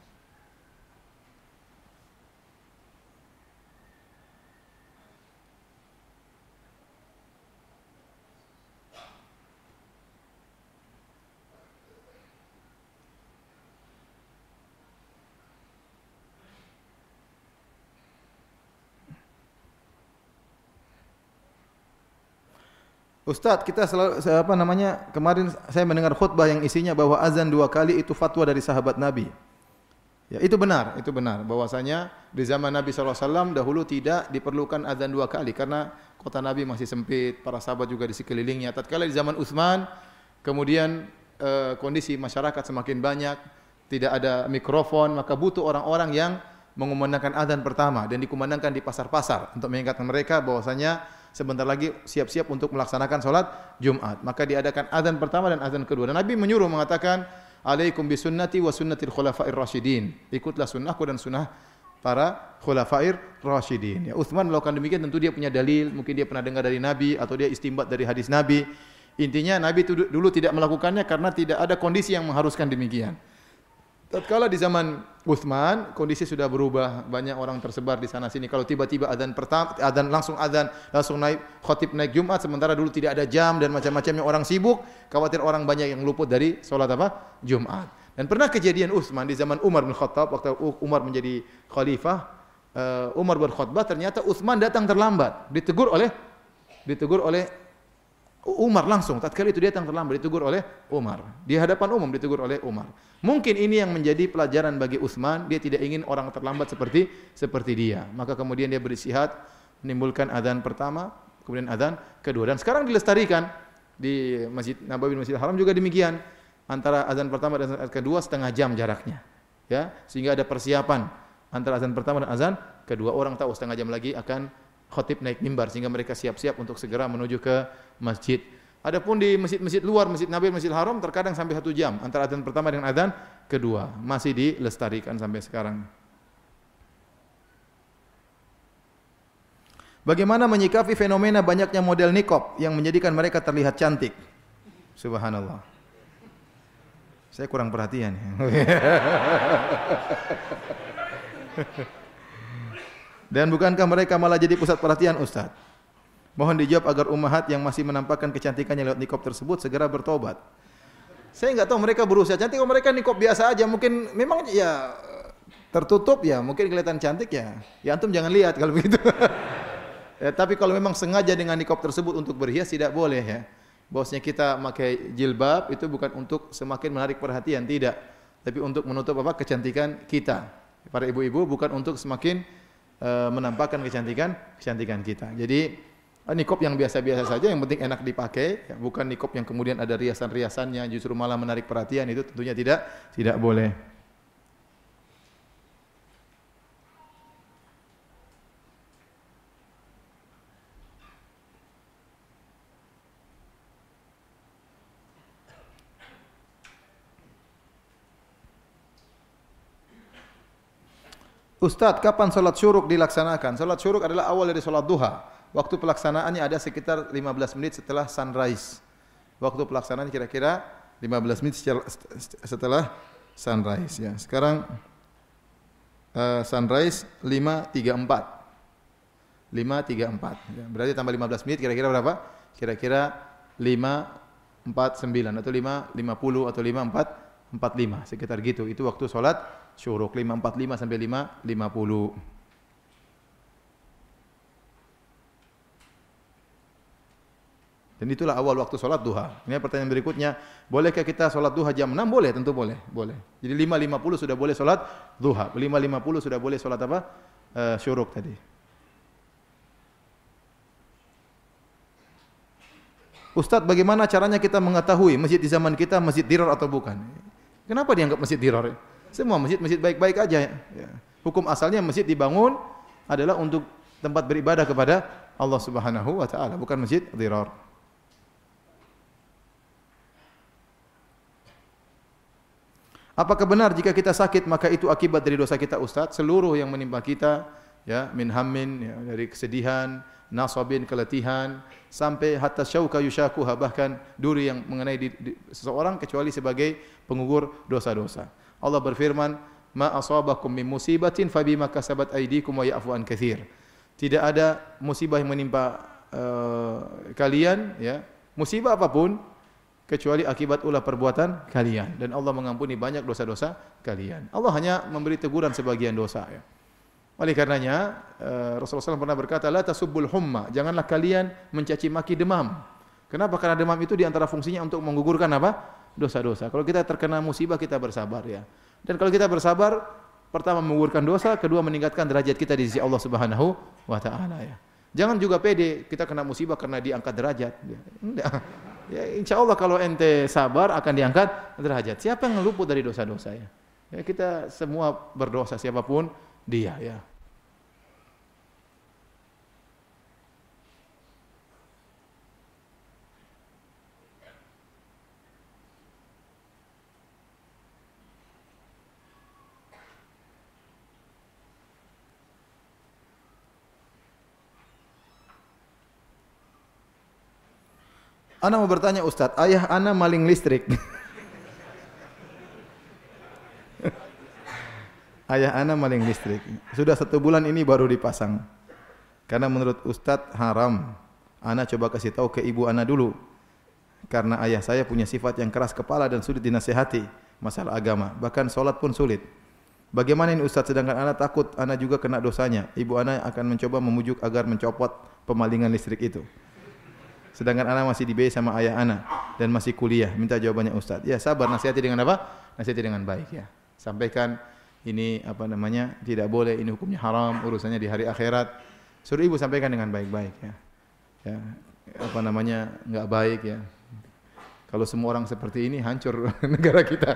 Ustadz, kemarin saya mendengar khutbah yang isinya bahwa azan 2 kali itu fatwa dari sahabat Nabi. Ya, itu benar bahwasanya di zaman Nabi SAW dahulu tidak diperlukan azan 2 kali karena kota Nabi masih sempit, para sahabat juga di sekelilingnya. Tatkala di zaman Utsman, kemudian kondisi masyarakat semakin banyak, tidak ada mikrofon, maka butuh orang-orang yang mengumandangkan azan pertama dan dikumandangkan di pasar-pasar untuk mengingatkan mereka bahwasanya sebentar lagi siap-siap untuk melaksanakan sholat Jumat. Maka diadakan azan pertama dan azan kedua. Dan Nabi menyuruh mengatakan, "Alaikum bisunnati wa sunnatil khulafair rasyidin." Ikutlah sunnahku dan sunnah para khulafair rasyidin. Ya, Utsman melakukan demikian tentu dia punya dalil, mungkin dia pernah dengar dari Nabi atau dia istinbat dari hadis Nabi. Intinya Nabi dulu tidak melakukannya karena tidak ada kondisi yang mengharuskan demikian. Tatkala di zaman Utsman kondisi sudah berubah, banyak orang tersebar di sana sini. Kalau tiba-tiba azan pertama, langsung naik khatib naik Jumat, sementara dulu tidak ada jam dan macam-macamnya, orang sibuk, khawatir orang banyak yang luput dari salat apa? Jumat. Dan pernah kejadian Utsman di zaman Umar bin Khattab, waktu Umar menjadi khalifah, Umar berkhutbah, ternyata Utsman datang terlambat, ditegur oleh Umar langsung, tatkala itu dia datang terlambat, ditegur oleh Umar. Di hadapan umum ditegur oleh Umar. Mungkin ini yang menjadi pelajaran bagi Utsman, dia tidak ingin orang terlambat seperti dia. Maka kemudian dia beristihad, menimbulkan azan pertama, kemudian azan kedua. Dan sekarang dilestarikan di Masjid Nabawi, Masjidil Haram juga demikian. Antara azan pertama dan azan kedua setengah jam jaraknya. Ya, sehingga ada persiapan antara azan pertama dan azan kedua. Orang tahu setengah jam lagi akan khatib naik mimbar, sehingga mereka siap-siap untuk segera menuju ke masjid. Adapun di masjid-masjid luar, Masjid Nabawi, Masjidil Haram terkadang sampai 1 jam antara azan pertama dengan azan kedua. Masih dilestarikan sampai sekarang. Bagaimana menyikapi fenomena banyaknya model niqab yang menjadikan mereka terlihat cantik? Subhanallah. Saya kurang perhatian ya. Dan bukankah mereka malah jadi pusat perhatian Ustaz? Mohon dijawab agar ummahat yang masih menampakkan kecantikannya lewat nikop tersebut segera bertobat. Saya enggak tahu mereka berusaha cantik, kalau mereka nikop biasa aja, mungkin memang ya tertutup ya, mungkin kelihatan cantik ya. Ya antum jangan lihat kalau begitu. Ya, tapi kalau memang sengaja dengan nikop tersebut untuk berhias tidak boleh ya. Bahwasanya kita pakai jilbab itu bukan untuk semakin menarik perhatian, tidak. Tapi untuk menutup apa? Kecantikan kita. Para ibu-ibu bukan untuk semakin menampakkan kecantikan kita. Jadi nikop yang biasa-biasa saja, yang penting enak dipakai, ya, bukan nikop yang kemudian ada riasan-riasannya justru malah menarik perhatian, itu tentunya tidak boleh. Ustadz, kapan sholat syuruk dilaksanakan? Sholat syuruk adalah awal dari sholat duha. Waktu pelaksanaannya ada sekitar 15 menit setelah sunrise. Waktu pelaksanaan kira-kira 15 menit setelah sunrise. Ya. Sekarang sunrise 5.34. 5.34. Ya. Berarti tambah 15 menit kira-kira berapa? Kira-kira 5.49 atau 5.50 atau 5.45 sekitar gitu. Itu waktu sholat syuruk 5.45 sampai 5.50. Dan itulah awal waktu sholat duha. Ini pertanyaan berikutnya, bolehkah kita sholat duha jam 6? Boleh, tentu boleh. Boleh. Jadi 5.50 sudah boleh sholat duha. 5.50 sudah boleh sholat apa? Syuruk tadi. Ustadz, bagaimana caranya kita mengetahui masjid di zaman kita masjid dirar atau bukan? Kenapa dianggap masjid dirar? Semua masjid baik-baik aja. Ya. Hukum asalnya masjid dibangun adalah untuk tempat beribadah kepada Allah Subhanahu wa taala, bukan masjid dirar. Apakah benar jika kita sakit maka itu akibat dari dosa kita, Ustaz? Seluruh yang menimpa kita, ya, min hammin, ya, dari kesedihan, nasabin, keletihan, sampai hatta syauka yushakuha, bahkan duri yang mengenai seseorang kecuali sebagai pengugur dosa-dosa. Allah berfirman, ma asabakum min musibatin fabima kasabat aydikum wa ya'fu an katsir. Tidak ada musibah yang menimpa kalian, ya, musibah apapun kecuali akibat ulah perbuatan kalian, dan Allah mengampuni banyak dosa-dosa kalian. Allah hanya memberi teguran sebagian dosa, ya. Oleh karenanya Rasulullah SAW pernah berkata, la tasubbul humma, janganlah kalian mencaci maki demam. Kenapa? Karena demam itu diantara fungsinya untuk menggugurkan apa? Dosa-dosa. Kalau kita terkena musibah kita bersabar, ya. Dan kalau kita bersabar, pertama menggugurkan dosa, kedua meningkatkan derajat kita di sisi Allah Subhanahu wa taala, ya. Jangan juga pede kita kena musibah karena diangkat derajat. Enggak. Ya, insya Allah kalau ente sabar akan diangkat derajat. Siapa yang luput dari dosa-dosa, ya? Ya, kita semua berdosa, siapapun dia, ya. Ana mau bertanya Ustadz, ayah ana maling listrik. Ayah ana maling listrik. Sudah 1 bulan ini baru dipasang. Karena menurut Ustadz haram. Ana coba kasih tahu ke ibu ana dulu. Karena ayah saya punya sifat yang keras kepala dan sulit dinasihati masalah agama. Bahkan sholat pun sulit. Bagaimana ini Ustadz, sedangkan ana takut ana juga kena dosanya. Ibu ana akan mencoba memujuk agar mencopot pemalingan listrik itu. Sedangkan anak masih dibiayai sama ayah anak dan masih kuliah. Minta jawabannya Ustaz. Ya, sabar, nasihati dengan apa? Nasihati dengan baik, ya. Sampaikan ini apa namanya? Tidak boleh, ini hukumnya haram, urusannya di hari akhirat. Suruh ibu sampaikan dengan baik-baik, ya. Ya, apa namanya? Enggak baik, ya. Kalau semua orang seperti ini hancur negara kita.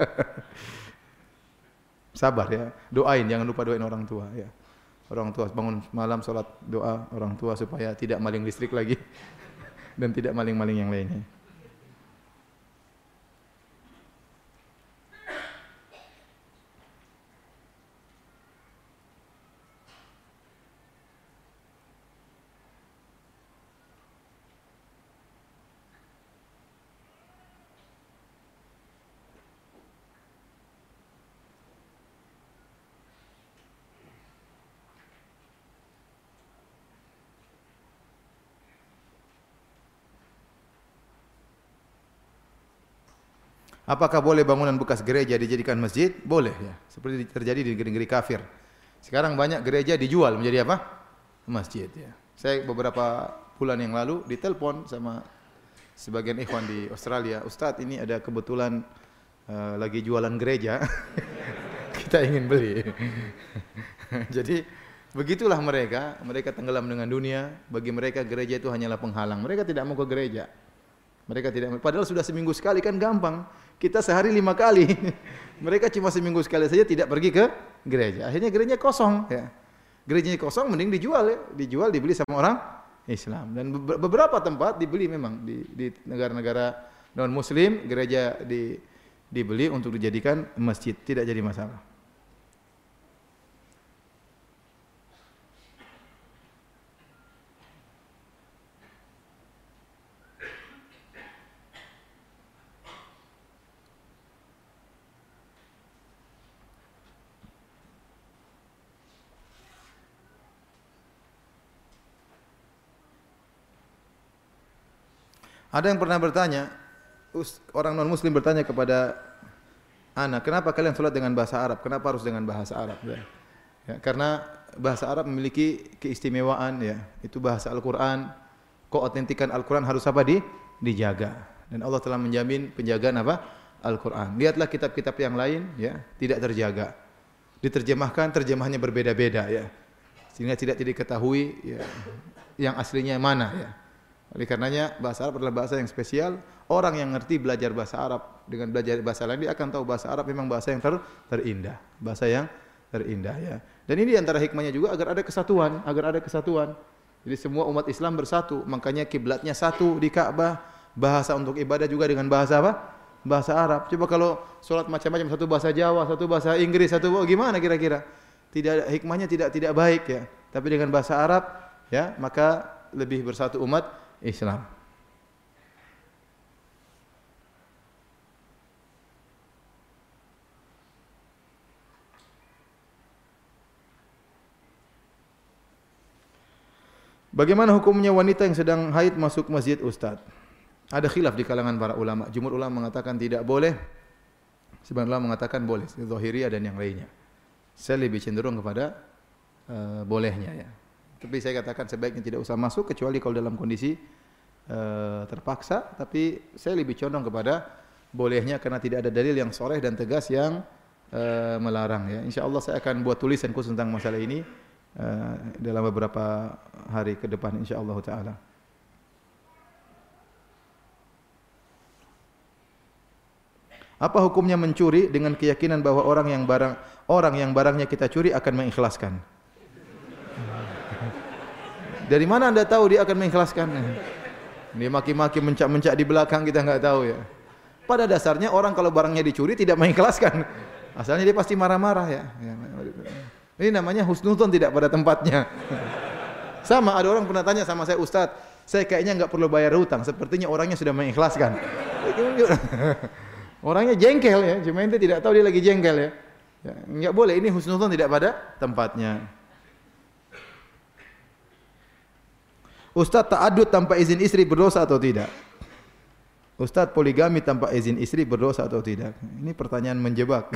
Sabar, ya. Doain, jangan lupa doain orang tua, ya. Orang tua bangun malam salat doa orang tua supaya tidak maling listrik lagi. Dan tidak maling-maling yang lainnya. Apakah boleh bangunan bekas gereja dijadikan masjid? Boleh ya. Seperti terjadi di negeri-negeri kafir. Sekarang banyak gereja dijual menjadi apa? Masjid ya. Saya beberapa bulan yang lalu ditelepon sama sebagian ikhwan di Australia, Ustadz ini ada kebetulan lagi jualan gereja. Kita ingin beli. Jadi begitulah mereka tenggelam dengan dunia. Bagi mereka gereja itu hanyalah penghalang. Mereka tidak mau ke gereja. Padahal sudah seminggu sekali kan gampang. Kita sehari 5 kali. Mereka cuma seminggu sekali saja tidak pergi ke gereja. Akhirnya gerejanya kosong. Ya. Gerejanya kosong, mending dijual ya. Dijual, dibeli sama orang Islam. Dan beberapa tempat dibeli memang di negara-negara non Muslim gereja dibeli untuk dijadikan masjid. Tidak jadi masalah. Ada yang pernah bertanya, orang non-muslim bertanya kepada ana, kenapa kalian sholat dengan bahasa Arab? Kenapa harus dengan bahasa Arab? Ya, karena bahasa Arab memiliki keistimewaan, ya, itu bahasa Al-Quran. Keautentikan Al-Quran harus apa? Dijaga. Dan Allah telah menjamin penjagaan apa? Al-Quran. Lihatlah kitab-kitab yang lain, ya, tidak terjaga. Diterjemahkan, terjemahannya berbeda-beda, ya, sehingga tidak diketahui, ya, yang aslinya mana, ya. Oleh karenanya bahasa Arab adalah bahasa yang spesial. Orang yang ngerti belajar bahasa Arab dengan belajar bahasa lain dia akan tahu bahasa Arab memang bahasa yang terindah, bahasa yang terindah ya. Dan ini antara hikmahnya juga agar ada kesatuan, Jadi semua umat Islam bersatu, makanya kiblatnya satu di Ka'bah, bahasa untuk ibadah juga dengan bahasa apa? Bahasa Arab. Coba kalau salat macam-macam, satu bahasa Jawa, satu bahasa Inggris, gimana kira-kira? Tidak, hikmahnya tidak baik ya. Tapi dengan bahasa Arab ya, maka lebih bersatu umat Islam. Bagaimana hukumnya wanita yang sedang haid masuk masjid, Ustaz? Ada khilaf di kalangan para ulama. Jumhur ulama mengatakan tidak boleh. Sebagian ulama mengatakan boleh. Zahiriyah dan yang lainnya. Saya lebih cenderung kepada bolehnya ya. Tapi saya katakan sebaiknya tidak usah masuk kecuali kalau dalam kondisi terpaksa. Tapi saya lebih condong kepada bolehnya karena tidak ada dalil yang sharih dan tegas yang melarang ya. Insyaallah saya akan buat tulisan khusus tentang masalah ini dalam beberapa hari ke depan insyaallah taala. Apa hukumnya mencuri dengan keyakinan bahwa orang yang barangnya kita curi akan mengikhlaskan? Dari mana Anda tahu dia akan mengikhlaskan? Dia maki-maki, mencak-mencak di belakang, kita enggak tahu ya. Pada dasarnya orang kalau barangnya dicuri tidak mengikhlaskan. Asalnya dia pasti marah-marah ya. Ini namanya husnudzon tidak pada tempatnya. Sama ada orang pernah tanya sama saya, Ustaz, saya kayaknya enggak perlu bayar hutang, sepertinya orangnya sudah mengikhlaskan. Orangnya jengkel ya, cuma ente tidak tahu dia lagi jengkel ya. Enggak boleh, ini husnudzon tidak pada tempatnya. Ustaz, ta'adud tanpa izin istri berdosa atau tidak? Ustaz, poligami tanpa izin istri berdosa atau tidak? Ini pertanyaan menjebak.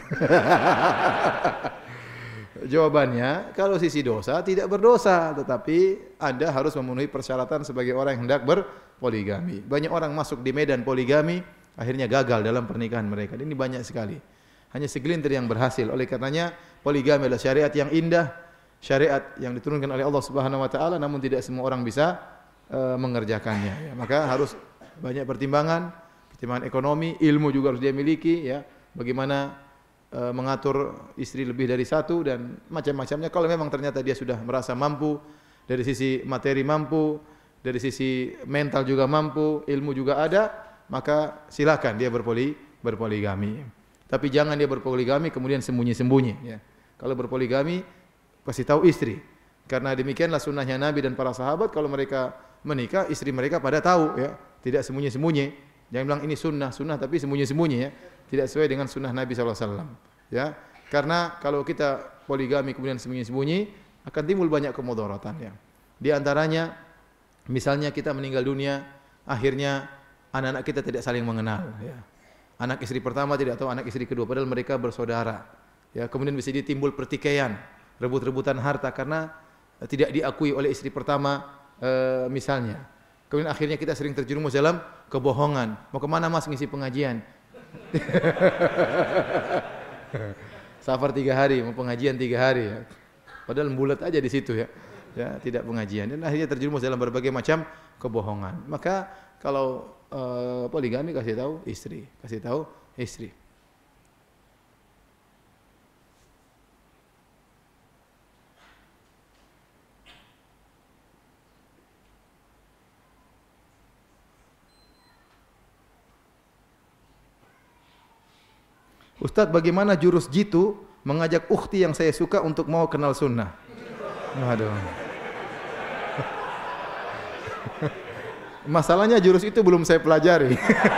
Jawabannya, kalau sisi dosa tidak berdosa, tetapi Anda harus memenuhi persyaratan sebagai orang yang hendak berpoligami. Banyak orang masuk di medan poligami, akhirnya gagal dalam pernikahan mereka. Ini banyak sekali. Hanya segelintir yang berhasil. Oleh karenanya, poligami adalah syariat yang indah, syariat yang diturunkan oleh Allah Subhanahu wa taala, namun tidak semua orang bisa mengerjakannya ya. Maka harus banyak pertimbangan ekonomi, ilmu juga harus dia miliki ya. Bagaimana mengatur istri lebih dari satu dan macam-macamnya. Kalau memang ternyata dia sudah merasa mampu, dari sisi materi mampu, dari sisi mental juga mampu, ilmu juga ada, maka silakan dia berpoligami. Tapi jangan dia berpoligami kemudian sembunyi-sembunyi ya. Kalau berpoligami pasti tahu istri. Karena demikianlah sunnahnya Nabi dan para sahabat, kalau mereka menikah, istri mereka pada tahu ya, tidak sembunyi-sembunyi. Jangan bilang ini sunnah tapi sembunyi-sembunyi ya. Tidak sesuai dengan sunnah Nabi SAW ya. Karena kalau kita poligami kemudian sembunyi-sembunyi, akan timbul banyak kemudaratan ya. Di antaranya misalnya kita meninggal dunia, akhirnya anak-anak kita tidak saling mengenal ya. anak istri pertama, tidak tahu anak istri kedua, padahal mereka bersaudara. Ya, kemudian bisa timbul pertikaian, rebut-rebutan harta karena tidak diakui oleh istri pertama misalnya. Kemudian akhirnya kita sering terjerumus dalam kebohongan. Mau kemana Mas ngisi pengajian? Safar 3 hari, mau pengajian 3 hari ya. Padahal bulat aja di situ ya. Ya, tidak pengajian dan akhirnya terjerumus dalam berbagai macam kebohongan. Maka kalau poligami kasih tahu istri. Ustadz, bagaimana jurus jitu mengajak ukhti yang saya suka untuk mau kenal sunnah? Waduh. Masalahnya jurus itu belum saya pelajari.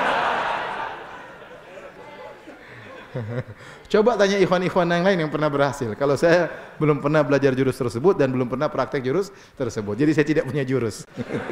Coba tanya ikhwan-ikhwan yang lain yang pernah berhasil. Kalau saya belum pernah belajar jurus tersebut dan belum pernah praktek jurus tersebut. Jadi saya tidak punya jurus.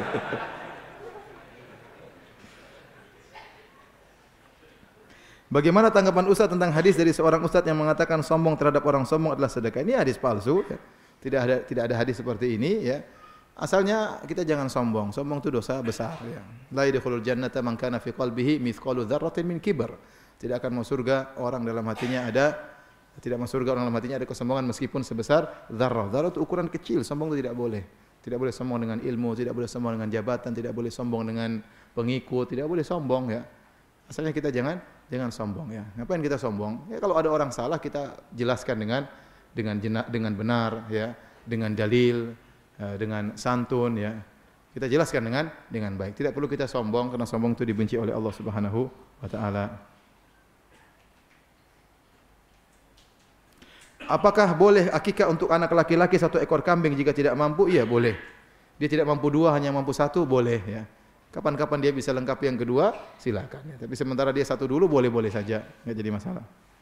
Bagaimana tanggapan Ustaz tentang hadis dari seorang Ustaz yang mengatakan sombong terhadap orang sombong adalah sedekah? Ini hadis palsu. Ya. Tidak ada hadis seperti ini. Ya. Asalnya kita jangan sombong. Sombong itu dosa besar. Ya. La yadkhulul jannata man kana fi qalbihi mithqalu dzarratin min kibr. Tidak akan masuk surga orang dalam hatinya ada kesombongan meskipun sebesar dzarrah. Dzarrah itu ukuran kecil. Sombong itu tidak boleh. Tidak boleh sombong dengan ilmu, tidak boleh sombong dengan jabatan, tidak boleh sombong dengan pengikut, tidak boleh sombong ya. Asalnya kita jangan sombong ya. Ngapain kita sombong? Ya kalau ada orang salah kita jelaskan dengan benar ya, dengan dalil, dengan santun ya. Kita jelaskan dengan baik. Tidak perlu kita sombong karena sombong itu dibenci oleh Allah Subhanahu wa taala. Apakah boleh akikah untuk anak laki-laki 1 ekor kambing jika tidak mampu? Iya, boleh. Dia tidak mampu 2, hanya mampu 1, boleh ya. Kapan-kapan dia bisa lengkapi yang kedua, silakan. Ya. Tapi sementara dia 1 dulu, boleh-boleh saja, nggak jadi masalah.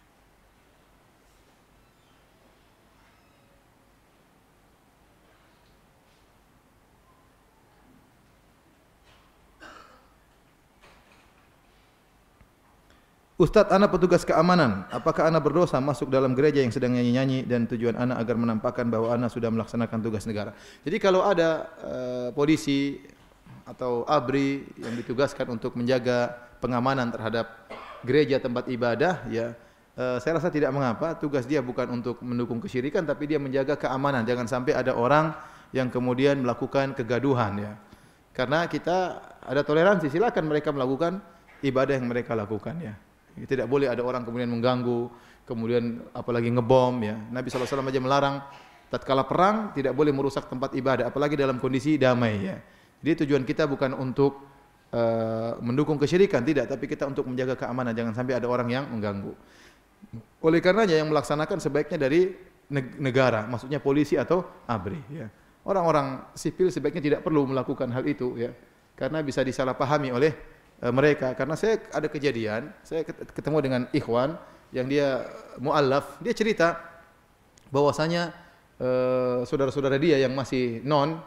Ustadz, ana petugas keamanan. Apakah ana berdosa masuk dalam gereja yang sedang nyanyi-nyanyi dan tujuan ana agar menampakkan bahwa ana sudah melaksanakan tugas negara? Jadi kalau ada polisi atau ABRI yang ditugaskan untuk menjaga pengamanan terhadap gereja tempat ibadah, ya saya rasa tidak mengapa. Tugas dia bukan untuk mendukung kesyirikan, tapi dia menjaga keamanan. Jangan sampai ada orang yang kemudian melakukan kegaduhan, ya. Karena kita ada toleransi, silakan mereka melakukan ibadah yang mereka lakukan, ya. Tidak boleh ada orang kemudian mengganggu, kemudian apalagi ngebom, ya. Nabi SAW aja melarang tatkala perang tidak boleh merusak tempat ibadah, apalagi dalam kondisi damai, ya. Jadi tujuan kita bukan untuk mendukung kesyirikan, tidak, tapi kita untuk menjaga keamanan, jangan sampai ada orang yang mengganggu. Oleh karenanya yang melaksanakan sebaiknya dari negara, maksudnya polisi atau ABRI, ya. Orang-orang sipil sebaiknya tidak perlu melakukan hal itu, ya. Karena bisa disalahpahami oleh mereka. Karena saya ada kejadian, saya ketemu dengan ikhwan yang dia mu'allaf, dia cerita bahwasanya saudara-saudara dia yang masih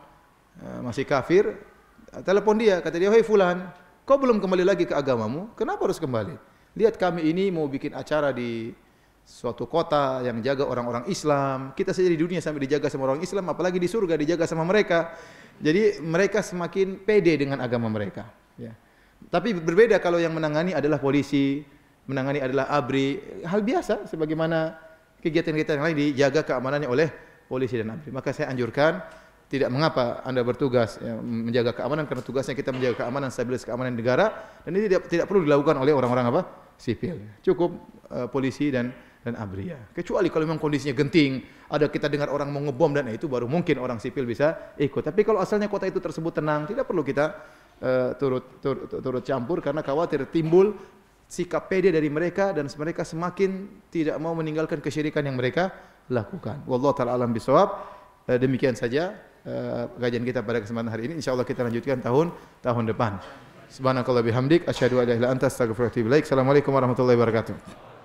masih kafir, telepon dia, kata dia, "Hei fulan, kau belum kembali lagi ke agamamu? Kenapa harus kembali? Lihat kami ini mau bikin acara di suatu kota yang jaga orang-orang Islam. Kita saja di dunia sampai dijaga sama orang Islam, apalagi di surga dijaga sama mereka." Jadi mereka semakin pede dengan agama mereka, ya. Tapi berbeda kalau yang menangani adalah polisi, menangani adalah ABRI, hal biasa sebagaimana kegiatan-kegiatan yang lain dijaga keamanannya oleh polisi dan ABRI. Maka saya anjurkan tidak mengapa Anda bertugas, ya, menjaga keamanan, karena tugasnya kita menjaga keamanan, stabilitas keamanan negara, dan ini tidak perlu dilakukan oleh orang-orang sipil. Cukup polisi dan ABRI, ya. Kecuali kalau memang kondisinya genting, ada kita dengar orang mau ngebom dan itu baru mungkin orang sipil bisa ikut. Tapi kalau asalnya kota itu tersebut tenang, tidak perlu kita turut campur karena khawatir timbul sikap pede dari mereka dan mereka semakin tidak mau meninggalkan kesyirikan yang mereka lakukan. Wallahu taala alam bisawab. Demikian saja kajian kita pada kesempatan hari ini. Insyaallah kita lanjutkan tahun depan. Subhanakallah bihamdik asyhadu an la ilaha illa anta astaghfiruka wa atubu ilaik. Assalamualaikum warahmatullahi wabarakatuh.